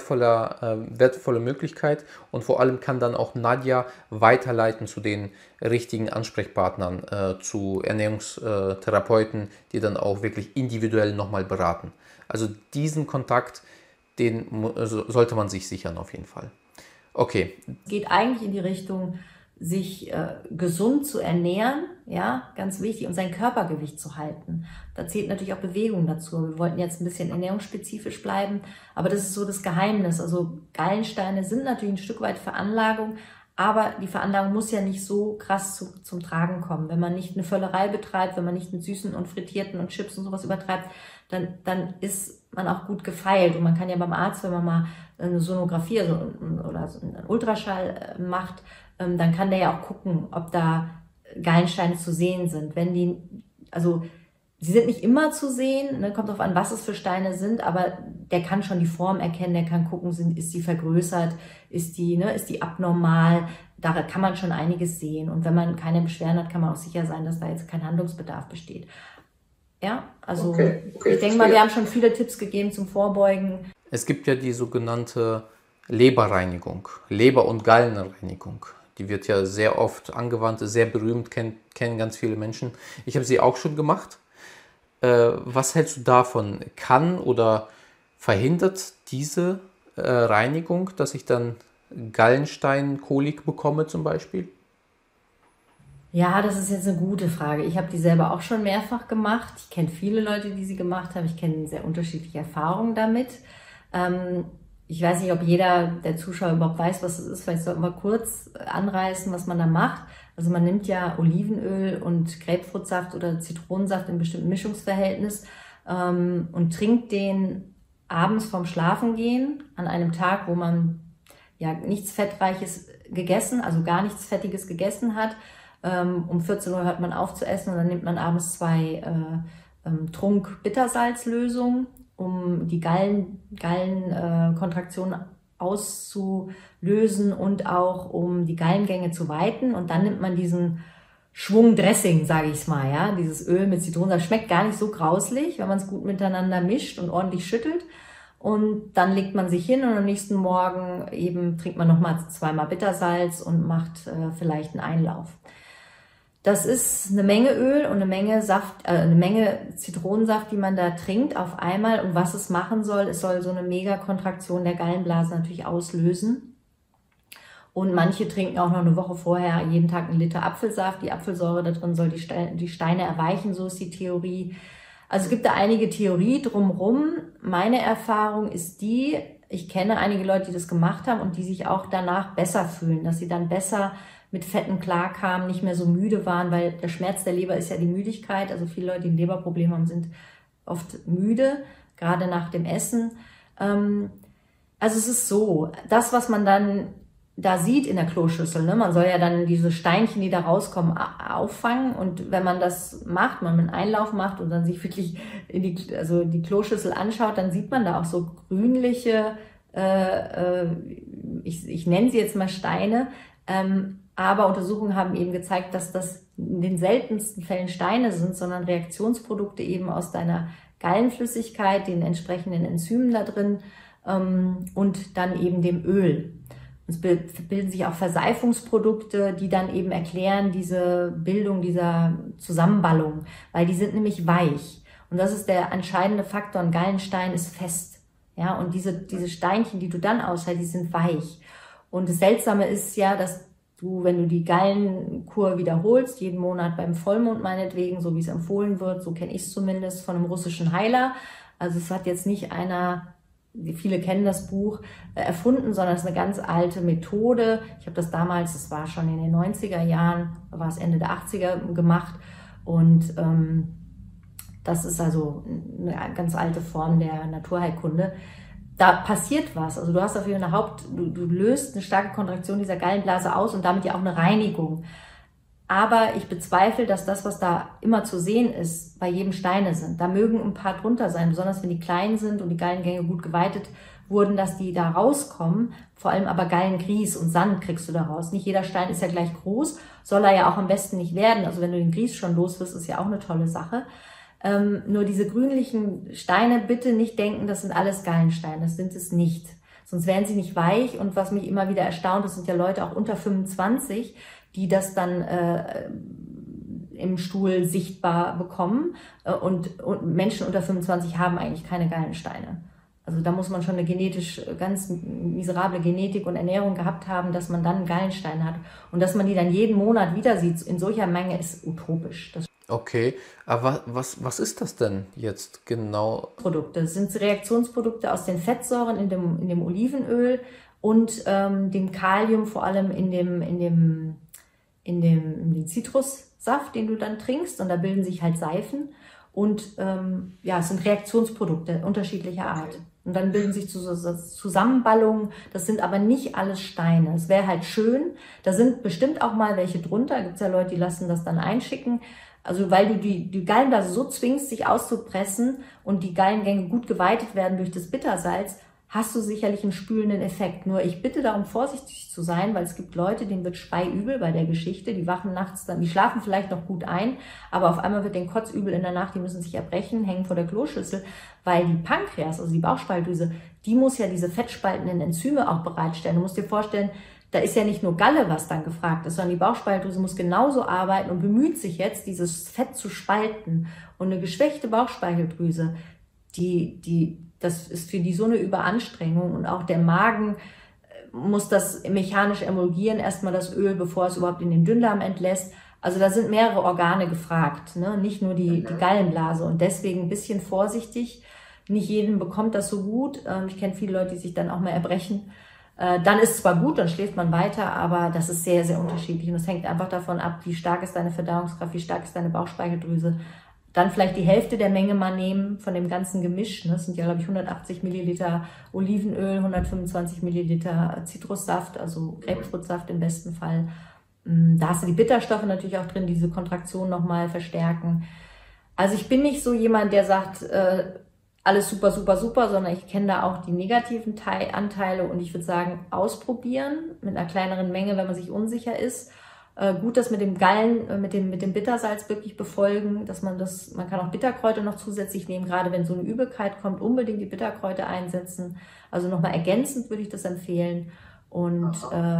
[SPEAKER 2] wertvolle Möglichkeit und vor allem kann dann auch Nadja weiterleiten zu den richtigen Ansprechpartnern, zu Ernährungstherapeuten, die dann auch wirklich individuell nochmal beraten. Also diesen Kontakt, den sollte man sich sichern auf jeden Fall. Okay.
[SPEAKER 1] Geht eigentlich in die Richtung, sich gesund zu ernähren, ja, ganz wichtig, und sein Körpergewicht zu halten. Da zählt natürlich auch Bewegung dazu. Wir wollten jetzt ein bisschen ernährungsspezifisch bleiben, aber das ist so das Geheimnis. Also Gallensteine sind natürlich ein Stück weit Veranlagung, aber die Veranlagung muss ja nicht so krass zum Tragen kommen. Wenn man nicht eine Völlerei betreibt, wenn man nicht mit Süßen und Frittierten und Chips und sowas übertreibt, dann ist man auch gut gefeilt. Und man kann ja beim Arzt, wenn man mal eine Sonographie oder so einen Ultraschall macht, dann kann der ja auch gucken, ob da Gallensteine zu sehen sind. Sie sind nicht immer zu sehen, ne, kommt drauf an, was es für Steine sind, aber der kann schon die Form erkennen, der kann gucken, ist die vergrößert, ist die abnormal, da kann man schon einiges sehen. Und wenn man keine Beschwerden hat, kann man auch sicher sein, dass da jetzt kein Handlungsbedarf besteht. Ja, also okay, ich denke mal, wir haben schon viele Tipps gegeben zum Vorbeugen.
[SPEAKER 2] Es gibt ja die sogenannte Leberreinigung, Leber- und Gallenreinigung. Die wird ja sehr oft angewandt, ist sehr berühmt, kennen ganz viele Menschen. Ich habe sie auch schon gemacht. Was hältst du davon? Kann oder verhindert diese Reinigung, dass ich dann Gallensteinkolik bekomme zum Beispiel?
[SPEAKER 1] Ja, das ist jetzt eine gute Frage. Ich habe die selber auch schon mehrfach gemacht. Ich kenne viele Leute, die sie gemacht haben. Ich kenne sehr unterschiedliche Erfahrungen damit. Ich weiß nicht, ob jeder der Zuschauer überhaupt weiß, was es ist. Vielleicht sollten wir kurz anreißen, was man da macht. Also man nimmt ja Olivenöl und Grapefruitsaft oder Zitronensaft in bestimmten Mischungsverhältnis und trinkt den abends vorm Schlafengehen an einem Tag, wo man ja nichts Fettreiches gegessen, also gar nichts Fettiges gegessen hat. Um 14 Uhr hört man auf zu essen und dann nimmt man abends 2 Trunk Bittersalzlösung, um die Gallenkontraktion auszulösen und auch um die Gallengänge zu weiten. Und dann nimmt man diesen Schwung Dressing, sage ich mal, ja, dieses Öl mit Zitronensaft. Schmeckt gar nicht so grauslich, wenn man es gut miteinander mischt und ordentlich schüttelt. Und dann legt man sich hin und am nächsten Morgen eben trinkt man nochmal 2-mal Bittersalz und macht vielleicht einen Einlauf. Das ist eine Menge Öl und eine Menge Saft, eine Menge Zitronensaft, die man da trinkt auf einmal. Und was es machen soll, es soll so eine Megakontraktion der Gallenblase natürlich auslösen. Und manche trinken auch noch eine Woche vorher jeden Tag 1 Liter Apfelsaft. Die Apfelsäure da drin soll die Steine erweichen, so ist die Theorie. Also es gibt da einige Theorie drumherum. Meine Erfahrung ist ich kenne einige Leute, die das gemacht haben und die sich auch danach besser fühlen, dass sie dann besser mit Fetten klarkamen, nicht mehr so müde waren, weil der Schmerz der Leber ist ja die Müdigkeit. Also viele Leute, die ein Leberproblem haben, sind oft müde, gerade nach dem Essen. Also es ist so, das, was man dann da sieht in der Kloschüssel, ne? Man soll ja dann diese Steinchen, die da rauskommen, auffangen. Und wenn man das macht, man einen Einlauf macht und dann sich wirklich die Kloschüssel anschaut, dann sieht man da auch so grünliche, ich nenne sie jetzt mal Steine, aber Untersuchungen haben eben gezeigt, dass das in den seltensten Fällen Steine sind, sondern Reaktionsprodukte eben aus deiner Gallenflüssigkeit, den entsprechenden Enzymen da drin und dann eben dem Öl. Es bilden sich auch Verseifungsprodukte, die dann eben erklären diese Bildung dieser Zusammenballung, weil die sind nämlich weich. Und das ist der entscheidende Faktor. Ein Gallenstein ist fest. Ja, und diese Steinchen, die du dann ausscheidest, die sind weich. Und das Seltsame ist ja, dass du, wenn du die Gallenkur wiederholst, jeden Monat beim Vollmond meinetwegen, so wie es empfohlen wird, so kenne ich es zumindest von einem russischen Heiler. Also es hat jetzt nicht einer, viele kennen das Buch, erfunden, sondern es ist eine ganz alte Methode. Ich habe das damals, das war schon in den 90er Jahren, war es Ende der 80er gemacht. Und das ist also eine ganz alte Form der Naturheilkunde. Da passiert was. Also du hast auf jeden Fall du löst eine starke Kontraktion dieser Gallenblase aus und damit ja auch eine Reinigung. Aber ich bezweifle, dass das, was da immer zu sehen ist, bei jedem Steine sind. Da mögen ein paar drunter sein, besonders wenn die klein sind und die Gallengänge gut geweitet wurden, dass die da rauskommen. Vor allem aber Gallengrieß und Sand kriegst du da raus. Nicht jeder Stein ist ja gleich groß, soll er ja auch am besten nicht werden. Also wenn du den Grieß schon los wirst, ist ja auch eine tolle Sache. Nur diese grünlichen Steine, bitte nicht denken, das sind alles Gallensteine. Das sind es nicht. Sonst wären sie nicht weich. Und was mich immer wieder erstaunt, das sind ja Leute auch unter 25, die das dann im Stuhl sichtbar bekommen. Und Menschen unter 25 haben eigentlich keine Gallensteine. Also da muss man schon eine genetisch ganz miserable Genetik und Ernährung gehabt haben, dass man dann einen Gallenstein hat. Und dass man die dann jeden Monat wieder sieht in solcher Menge, ist utopisch.
[SPEAKER 2] Okay, aber was ist das denn jetzt genau?
[SPEAKER 1] Produkte. Das sind Reaktionsprodukte aus den Fettsäuren in dem Olivenöl und dem Kalium vor allem in dem Zitrussaft, den du dann trinkst. Und da bilden sich halt Seifen. Und es sind Reaktionsprodukte unterschiedlicher Art. Okay. Und dann bilden sich Zusammenballungen. Das sind aber nicht alles Steine. Es wäre halt schön. Da sind bestimmt auch mal welche drunter. Da gibt es ja Leute, die lassen das dann einschicken. Also weil du die Gallenblase so zwingst, sich auszupressen und die Gallengänge gut geweitet werden durch das Bittersalz, hast du sicherlich einen spülenden Effekt. Nur ich bitte darum, vorsichtig zu sein, weil es gibt Leute, denen wird speiübel bei der Geschichte. Die wachen nachts dann, die schlafen vielleicht noch gut ein, aber auf einmal wird denen kotzübel in der Nacht, die müssen sich erbrechen, hängen vor der Kloschüssel, weil die Pankreas, also die Bauchspeicheldrüse, die muss ja diese fettspaltenden Enzyme auch bereitstellen. Du musst dir vorstellen, da ist ja nicht nur Galle, was dann gefragt ist, sondern die Bauchspeicheldrüse muss genauso arbeiten und bemüht sich jetzt, dieses Fett zu spalten. Und eine geschwächte Bauchspeicheldrüse, das ist für die so eine Überanstrengung. Und auch der Magen muss das mechanisch emulgieren, erstmal das Öl, bevor es überhaupt in den Dünndarm entlässt. Also da sind mehrere Organe gefragt, ne? Nicht nur die Gallenblase. Und deswegen ein bisschen vorsichtig. Nicht jedem bekommt das so gut. Ich kenne viele Leute, die sich dann auch mal erbrechen. Dann ist es zwar gut, dann schläft man weiter, aber das ist sehr, sehr unterschiedlich. Und es hängt einfach davon ab, wie stark ist deine Verdauungskraft, wie stark ist deine Bauchspeicheldrüse. Dann vielleicht die Hälfte der Menge mal nehmen von dem ganzen Gemisch. Das sind ja, glaube ich, 180 Milliliter Olivenöl, 125 Milliliter Zitrussaft, also Grapefruitsaft im besten Fall. Da hast du die Bitterstoffe natürlich auch drin, die diese Kontraktion nochmal verstärken. Also ich bin nicht so jemand, der sagt, alles super, super, super, sondern ich kenne da auch die negativen Anteile und ich würde sagen, ausprobieren mit einer kleineren Menge, wenn man sich unsicher ist. Gut, das mit dem mit dem Bittersalz wirklich befolgen, man kann auch Bitterkräuter noch zusätzlich nehmen, gerade wenn so eine Übelkeit kommt, unbedingt die Bitterkräuter einsetzen. Also nochmal ergänzend würde ich das empfehlen und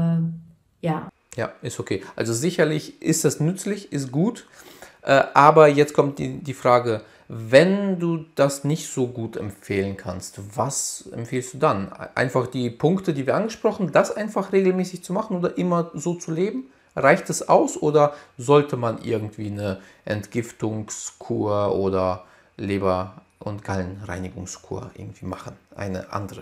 [SPEAKER 1] ja.
[SPEAKER 2] Ja, ist okay. Also sicherlich ist das nützlich, ist gut, aber jetzt kommt die Frage, wenn du das nicht so gut empfehlen kannst, was empfiehlst du dann? Einfach die Punkte, die wir angesprochen, das einfach regelmäßig zu machen oder immer so zu leben? Reicht es aus oder sollte man irgendwie eine Entgiftungskur oder Leber- und Gallenreinigungskur irgendwie machen? Eine andere?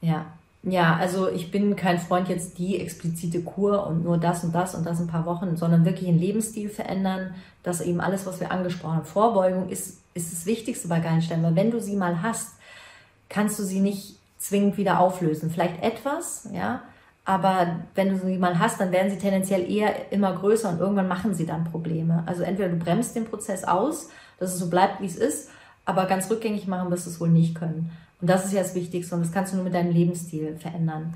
[SPEAKER 1] Ja, also ich bin kein Freund jetzt die explizite Kur und nur das und das ein paar Wochen, sondern wirklich einen Lebensstil verändern, dass eben alles, was wir angesprochen haben, Vorbeugung ist das Wichtigste bei Gallensteinen, weil wenn du sie mal hast, kannst du sie nicht zwingend wieder auflösen. Vielleicht etwas, ja, aber wenn du sie mal hast, dann werden sie tendenziell eher immer größer und irgendwann machen sie dann Probleme. Also entweder du bremst den Prozess aus, dass es so bleibt, wie es ist, aber ganz rückgängig machen wirst du es wohl nicht können. Und das ist ja das Wichtigste und das kannst du nur mit deinem Lebensstil verändern.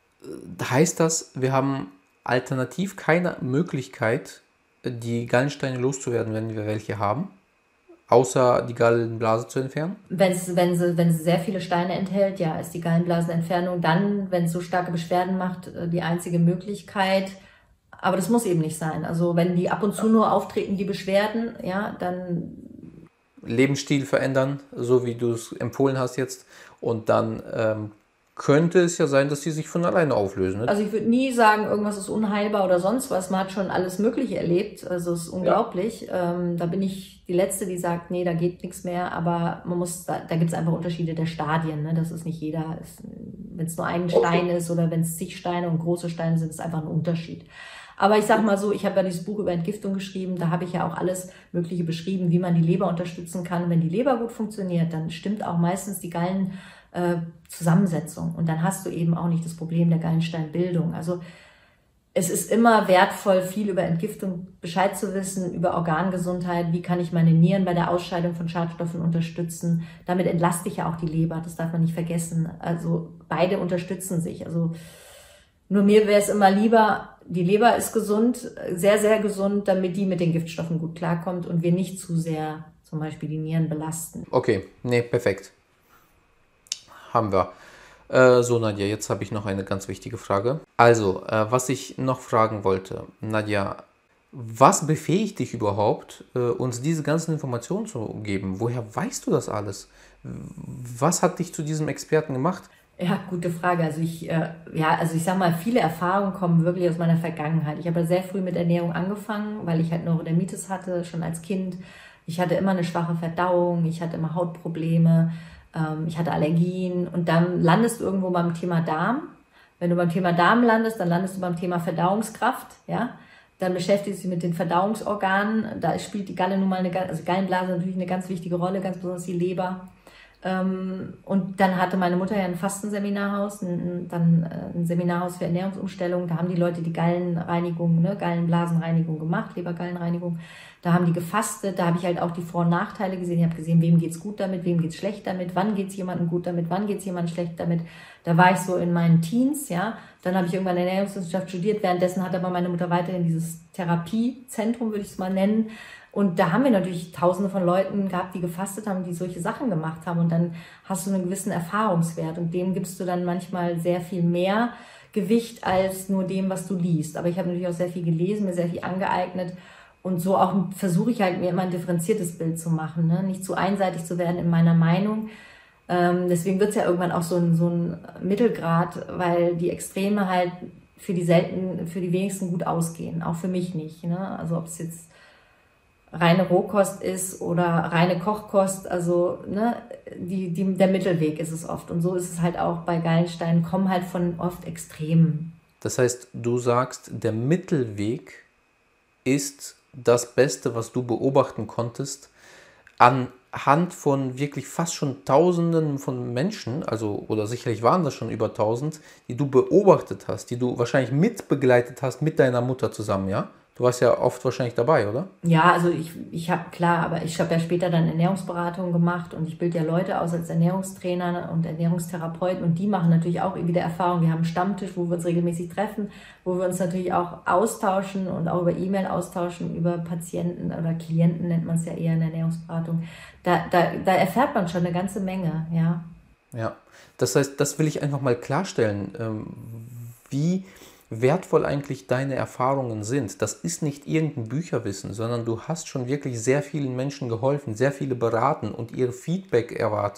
[SPEAKER 2] Heißt das, wir haben alternativ keine Möglichkeit, die Gallensteine loszuwerden, wenn wir welche haben? Außer die Gallenblase zu entfernen?
[SPEAKER 1] Wenn sie sehr viele Steine enthält, ja, ist die Gallenblasenentfernung dann, wenn es so starke Beschwerden macht, die einzige Möglichkeit. Aber das muss eben nicht sein. Also wenn die ab und zu nur auftreten, die Beschwerden, ja, dann...
[SPEAKER 2] Lebensstil verändern, so wie du es empfohlen hast jetzt. Und dann könnte es ja sein, dass die sich von alleine auflösen. Ne?
[SPEAKER 1] Also ich würde nie sagen, irgendwas ist unheilbar oder sonst was. Man hat schon alles Mögliche erlebt. Also es ist unglaublich. Ja. Da bin ich die Letzte, die sagt, nee, da geht nichts mehr. Aber da gibt es einfach Unterschiede der Stadien. Ne? Das ist nicht jeder. Wenn es nur ein Stein ist oder wenn es zig Steine und große Steine sind, ist einfach ein Unterschied. Aber ich sag mal so, ich habe ja dieses Buch über Entgiftung geschrieben, da habe ich ja auch alles Mögliche beschrieben, wie man die Leber unterstützen kann. Und wenn die Leber gut funktioniert, dann stimmt auch meistens die Gallenzusammensetzung. Und dann hast du eben auch nicht das Problem der Gallensteinbildung. Also es ist immer wertvoll, viel über Entgiftung Bescheid zu wissen, über Organgesundheit, wie kann ich meine Nieren bei der Ausscheidung von Schadstoffen unterstützen. Damit entlaste ich ja auch die Leber, das darf man nicht vergessen. Also beide unterstützen sich. Also nur mir wäre es immer lieber, die Leber ist gesund, sehr, sehr gesund, damit die mit den Giftstoffen gut klarkommt und wir nicht zu sehr zum Beispiel die Nieren belasten.
[SPEAKER 2] Okay, nee, perfekt. Haben wir. So, Nadja, jetzt habe ich noch eine ganz wichtige Frage. Also, was ich noch fragen wollte, Nadja, was befähigt dich überhaupt, uns diese ganzen Informationen zu geben? Woher weißt du das alles? Was hat dich zu diesem Experten gemacht?
[SPEAKER 1] Ja, gute Frage. Also ich sag mal, viele Erfahrungen kommen wirklich aus meiner Vergangenheit. Ich habe sehr früh mit Ernährung angefangen, weil ich halt Neurodermitis hatte, schon als Kind. Ich hatte immer eine schwache Verdauung, ich hatte immer Hautprobleme, ich hatte Allergien und dann landest du irgendwo beim Thema Darm. Wenn du beim Thema Darm landest, dann landest du beim Thema Verdauungskraft, ja. Dann beschäftigst du dich mit den Verdauungsorganen. Da spielt die Galle nun mal also Gallenblase natürlich eine ganz wichtige Rolle, ganz besonders die Leber. Und dann hatte meine Mutter ja ein Fastenseminarhaus, ein Seminarhaus für Ernährungsumstellung. Da haben die Leute die Gallenreinigung, Gallenblasenreinigung gemacht, Lebergallenreinigung. Da haben die gefastet, da habe ich halt auch die Vor- und Nachteile gesehen. Ich habe gesehen, wem geht's gut damit, wem geht's schlecht damit, wann geht's jemandem gut damit, wann geht's jemandem schlecht damit. Da war ich so in meinen Teens, ja. Dann habe ich irgendwann Ernährungswissenschaft studiert. Währenddessen hat aber meine Mutter weiterhin dieses Therapiezentrum, würde ich es mal nennen. Und da haben wir natürlich tausende von Leuten gehabt, die gefastet haben, die solche Sachen gemacht haben. Und dann hast du einen gewissen Erfahrungswert. Und dem gibst du dann manchmal sehr viel mehr Gewicht als nur dem, was du liest. Aber ich habe natürlich auch sehr viel gelesen, mir sehr viel angeeignet. Und so auch versuche ich halt mir immer ein differenziertes Bild zu machen, ne? Nicht zu einseitig zu werden in meiner Meinung. Deswegen wird es ja irgendwann auch so ein Mittelgrad, weil die Extreme halt für die wenigsten gut ausgehen. Auch für mich nicht, ne? Also ob es jetzt reine Rohkost ist oder reine Kochkost, also ne, der Mittelweg ist es oft. Und so ist es halt auch bei Gallensteinen, kommen halt von oft Extremen.
[SPEAKER 2] Das heißt, du sagst, der Mittelweg ist das Beste, was du beobachten konntest, anhand von wirklich fast schon Tausenden von Menschen, also oder sicherlich waren das schon über 1000, die du beobachtet hast, die du wahrscheinlich mitbegleitet hast mit deiner Mutter zusammen, ja? Du warst ja oft wahrscheinlich dabei, oder?
[SPEAKER 1] Ja, also ich habe, klar, aber ich habe ja später dann Ernährungsberatung gemacht und ich bilde ja Leute aus als Ernährungstrainer und Ernährungstherapeuten und die machen natürlich auch wieder Erfahrung. Wir haben einen Stammtisch, wo wir uns regelmäßig treffen, wo wir uns natürlich auch austauschen und auch über E-Mail austauschen, über Patienten oder Klienten nennt man es ja eher in der Ernährungsberatung. Da erfährt man schon eine ganze Menge, ja.
[SPEAKER 2] Ja, das heißt, das will ich einfach mal klarstellen, wie wertvoll eigentlich deine Erfahrungen sind. Das ist nicht irgendein Bücherwissen, sondern du hast schon wirklich sehr vielen Menschen geholfen, sehr viele beraten und ihr Feedback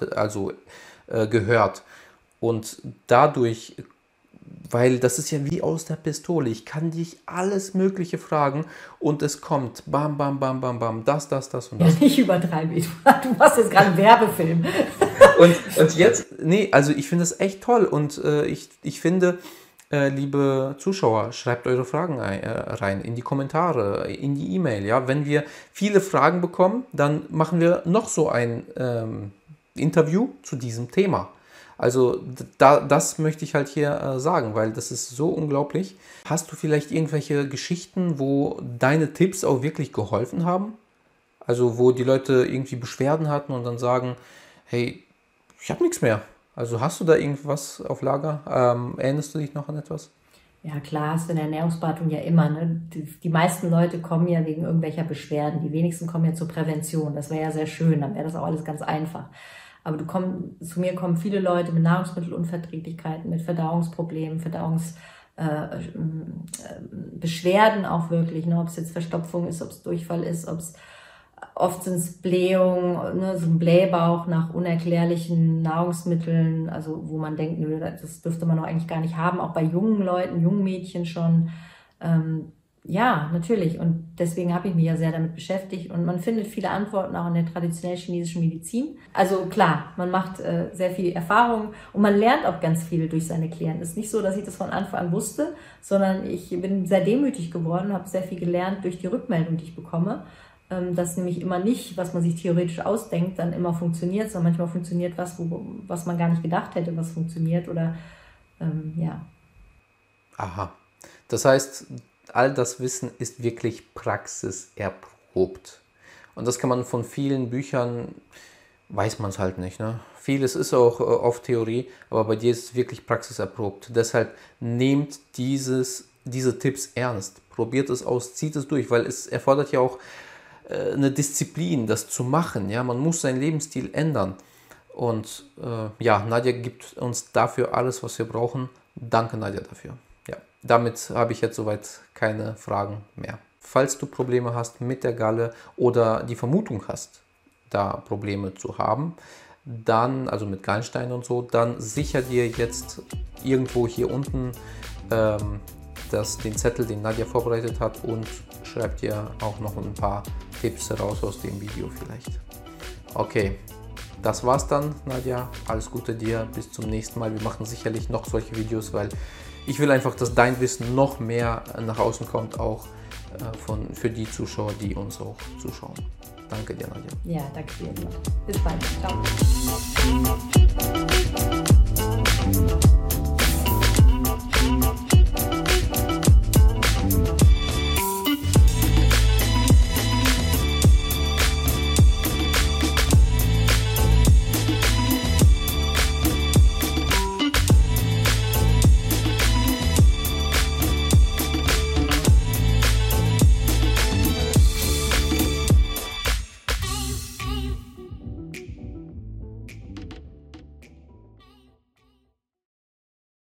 [SPEAKER 2] gehört. Und dadurch, weil das ist ja wie aus der Pistole, ich kann dich alles Mögliche fragen und es kommt bam, bam, bam, bam, bam, das und das.
[SPEAKER 1] Ja, nicht übertreiben, du machst jetzt gerade einen Werbefilm.
[SPEAKER 2] Und jetzt, nee, also ich finde das echt toll und ich finde, liebe Zuschauer, schreibt eure Fragen rein in die Kommentare, in die E-Mail. Ja? Wenn wir viele Fragen bekommen, dann machen wir noch so ein Interview zu diesem Thema. Also das möchte ich halt hier sagen, weil das ist so unglaublich. Hast du vielleicht irgendwelche Geschichten, wo deine Tipps auch wirklich geholfen haben? Also wo die Leute irgendwie Beschwerden hatten und dann sagen, hey, ich habe nichts mehr. Also hast du da irgendwas auf Lager? Erinnerst du dich noch an etwas?
[SPEAKER 1] Ja klar, hast du in der Ernährungsberatung ja immer. Ne? Die meisten Leute kommen ja wegen irgendwelcher Beschwerden. Die wenigsten kommen ja zur Prävention. Das wäre ja sehr schön, dann wäre das auch alles ganz einfach. Aber zu mir kommen viele Leute mit Nahrungsmittelunverträglichkeiten, mit Verdauungsproblemen, Beschwerden auch wirklich. Ne? Ob es jetzt Verstopfung ist, ob es Durchfall ist, oft sind es Blähungen, ne, so ein Blähbauch nach unerklärlichen Nahrungsmitteln, also wo man denkt, nö, das dürfte man doch eigentlich gar nicht haben, auch bei jungen Leuten, jungen Mädchen schon. Ja, natürlich. Und deswegen habe ich mich ja sehr damit beschäftigt und man findet viele Antworten auch in der traditionell chinesischen Medizin. Also klar, man macht sehr viel Erfahrung und man lernt auch ganz viel durch seine Klienten. Es ist nicht so, dass ich das von Anfang an wusste, sondern ich bin sehr demütig geworden, habe sehr viel gelernt durch die Rückmeldung, die ich bekomme. Dass nämlich immer nicht, was man sich theoretisch ausdenkt, dann immer funktioniert, sondern manchmal funktioniert was man gar nicht gedacht hätte, was funktioniert oder ja.
[SPEAKER 2] Aha. Das heißt, all das Wissen ist wirklich praxiserprobt. Und das kann man von vielen Büchern, weiß man es halt nicht. Ne? Vieles ist auch oft Theorie, aber bei dir ist es wirklich praxiserprobt. Deshalb nehmt diese Tipps ernst. Probiert es aus, zieht es durch, weil es erfordert ja auch eine Disziplin, das zu machen. Ja? Man muss seinen Lebensstil ändern. Und Nadja gibt uns dafür alles, was wir brauchen. Danke, Nadja, dafür. Ja, damit habe ich jetzt soweit keine Fragen mehr. Falls du Probleme hast mit der Galle oder die Vermutung hast, da Probleme zu haben, dann, also mit Gallensteinen und so, dann sicher dir jetzt irgendwo hier unten den Zettel, den Nadja vorbereitet hat, und schreib dir auch noch ein paar Tipps heraus aus dem Video vielleicht. Okay, das war's dann, Nadja. Alles Gute dir, bis zum nächsten Mal. Wir machen sicherlich noch solche Videos, weil ich will einfach, dass dein Wissen noch mehr nach außen kommt, auch für die Zuschauer, die uns auch zuschauen. Danke dir, Nadja.
[SPEAKER 1] Ja, danke dir. Bis bald. Ciao.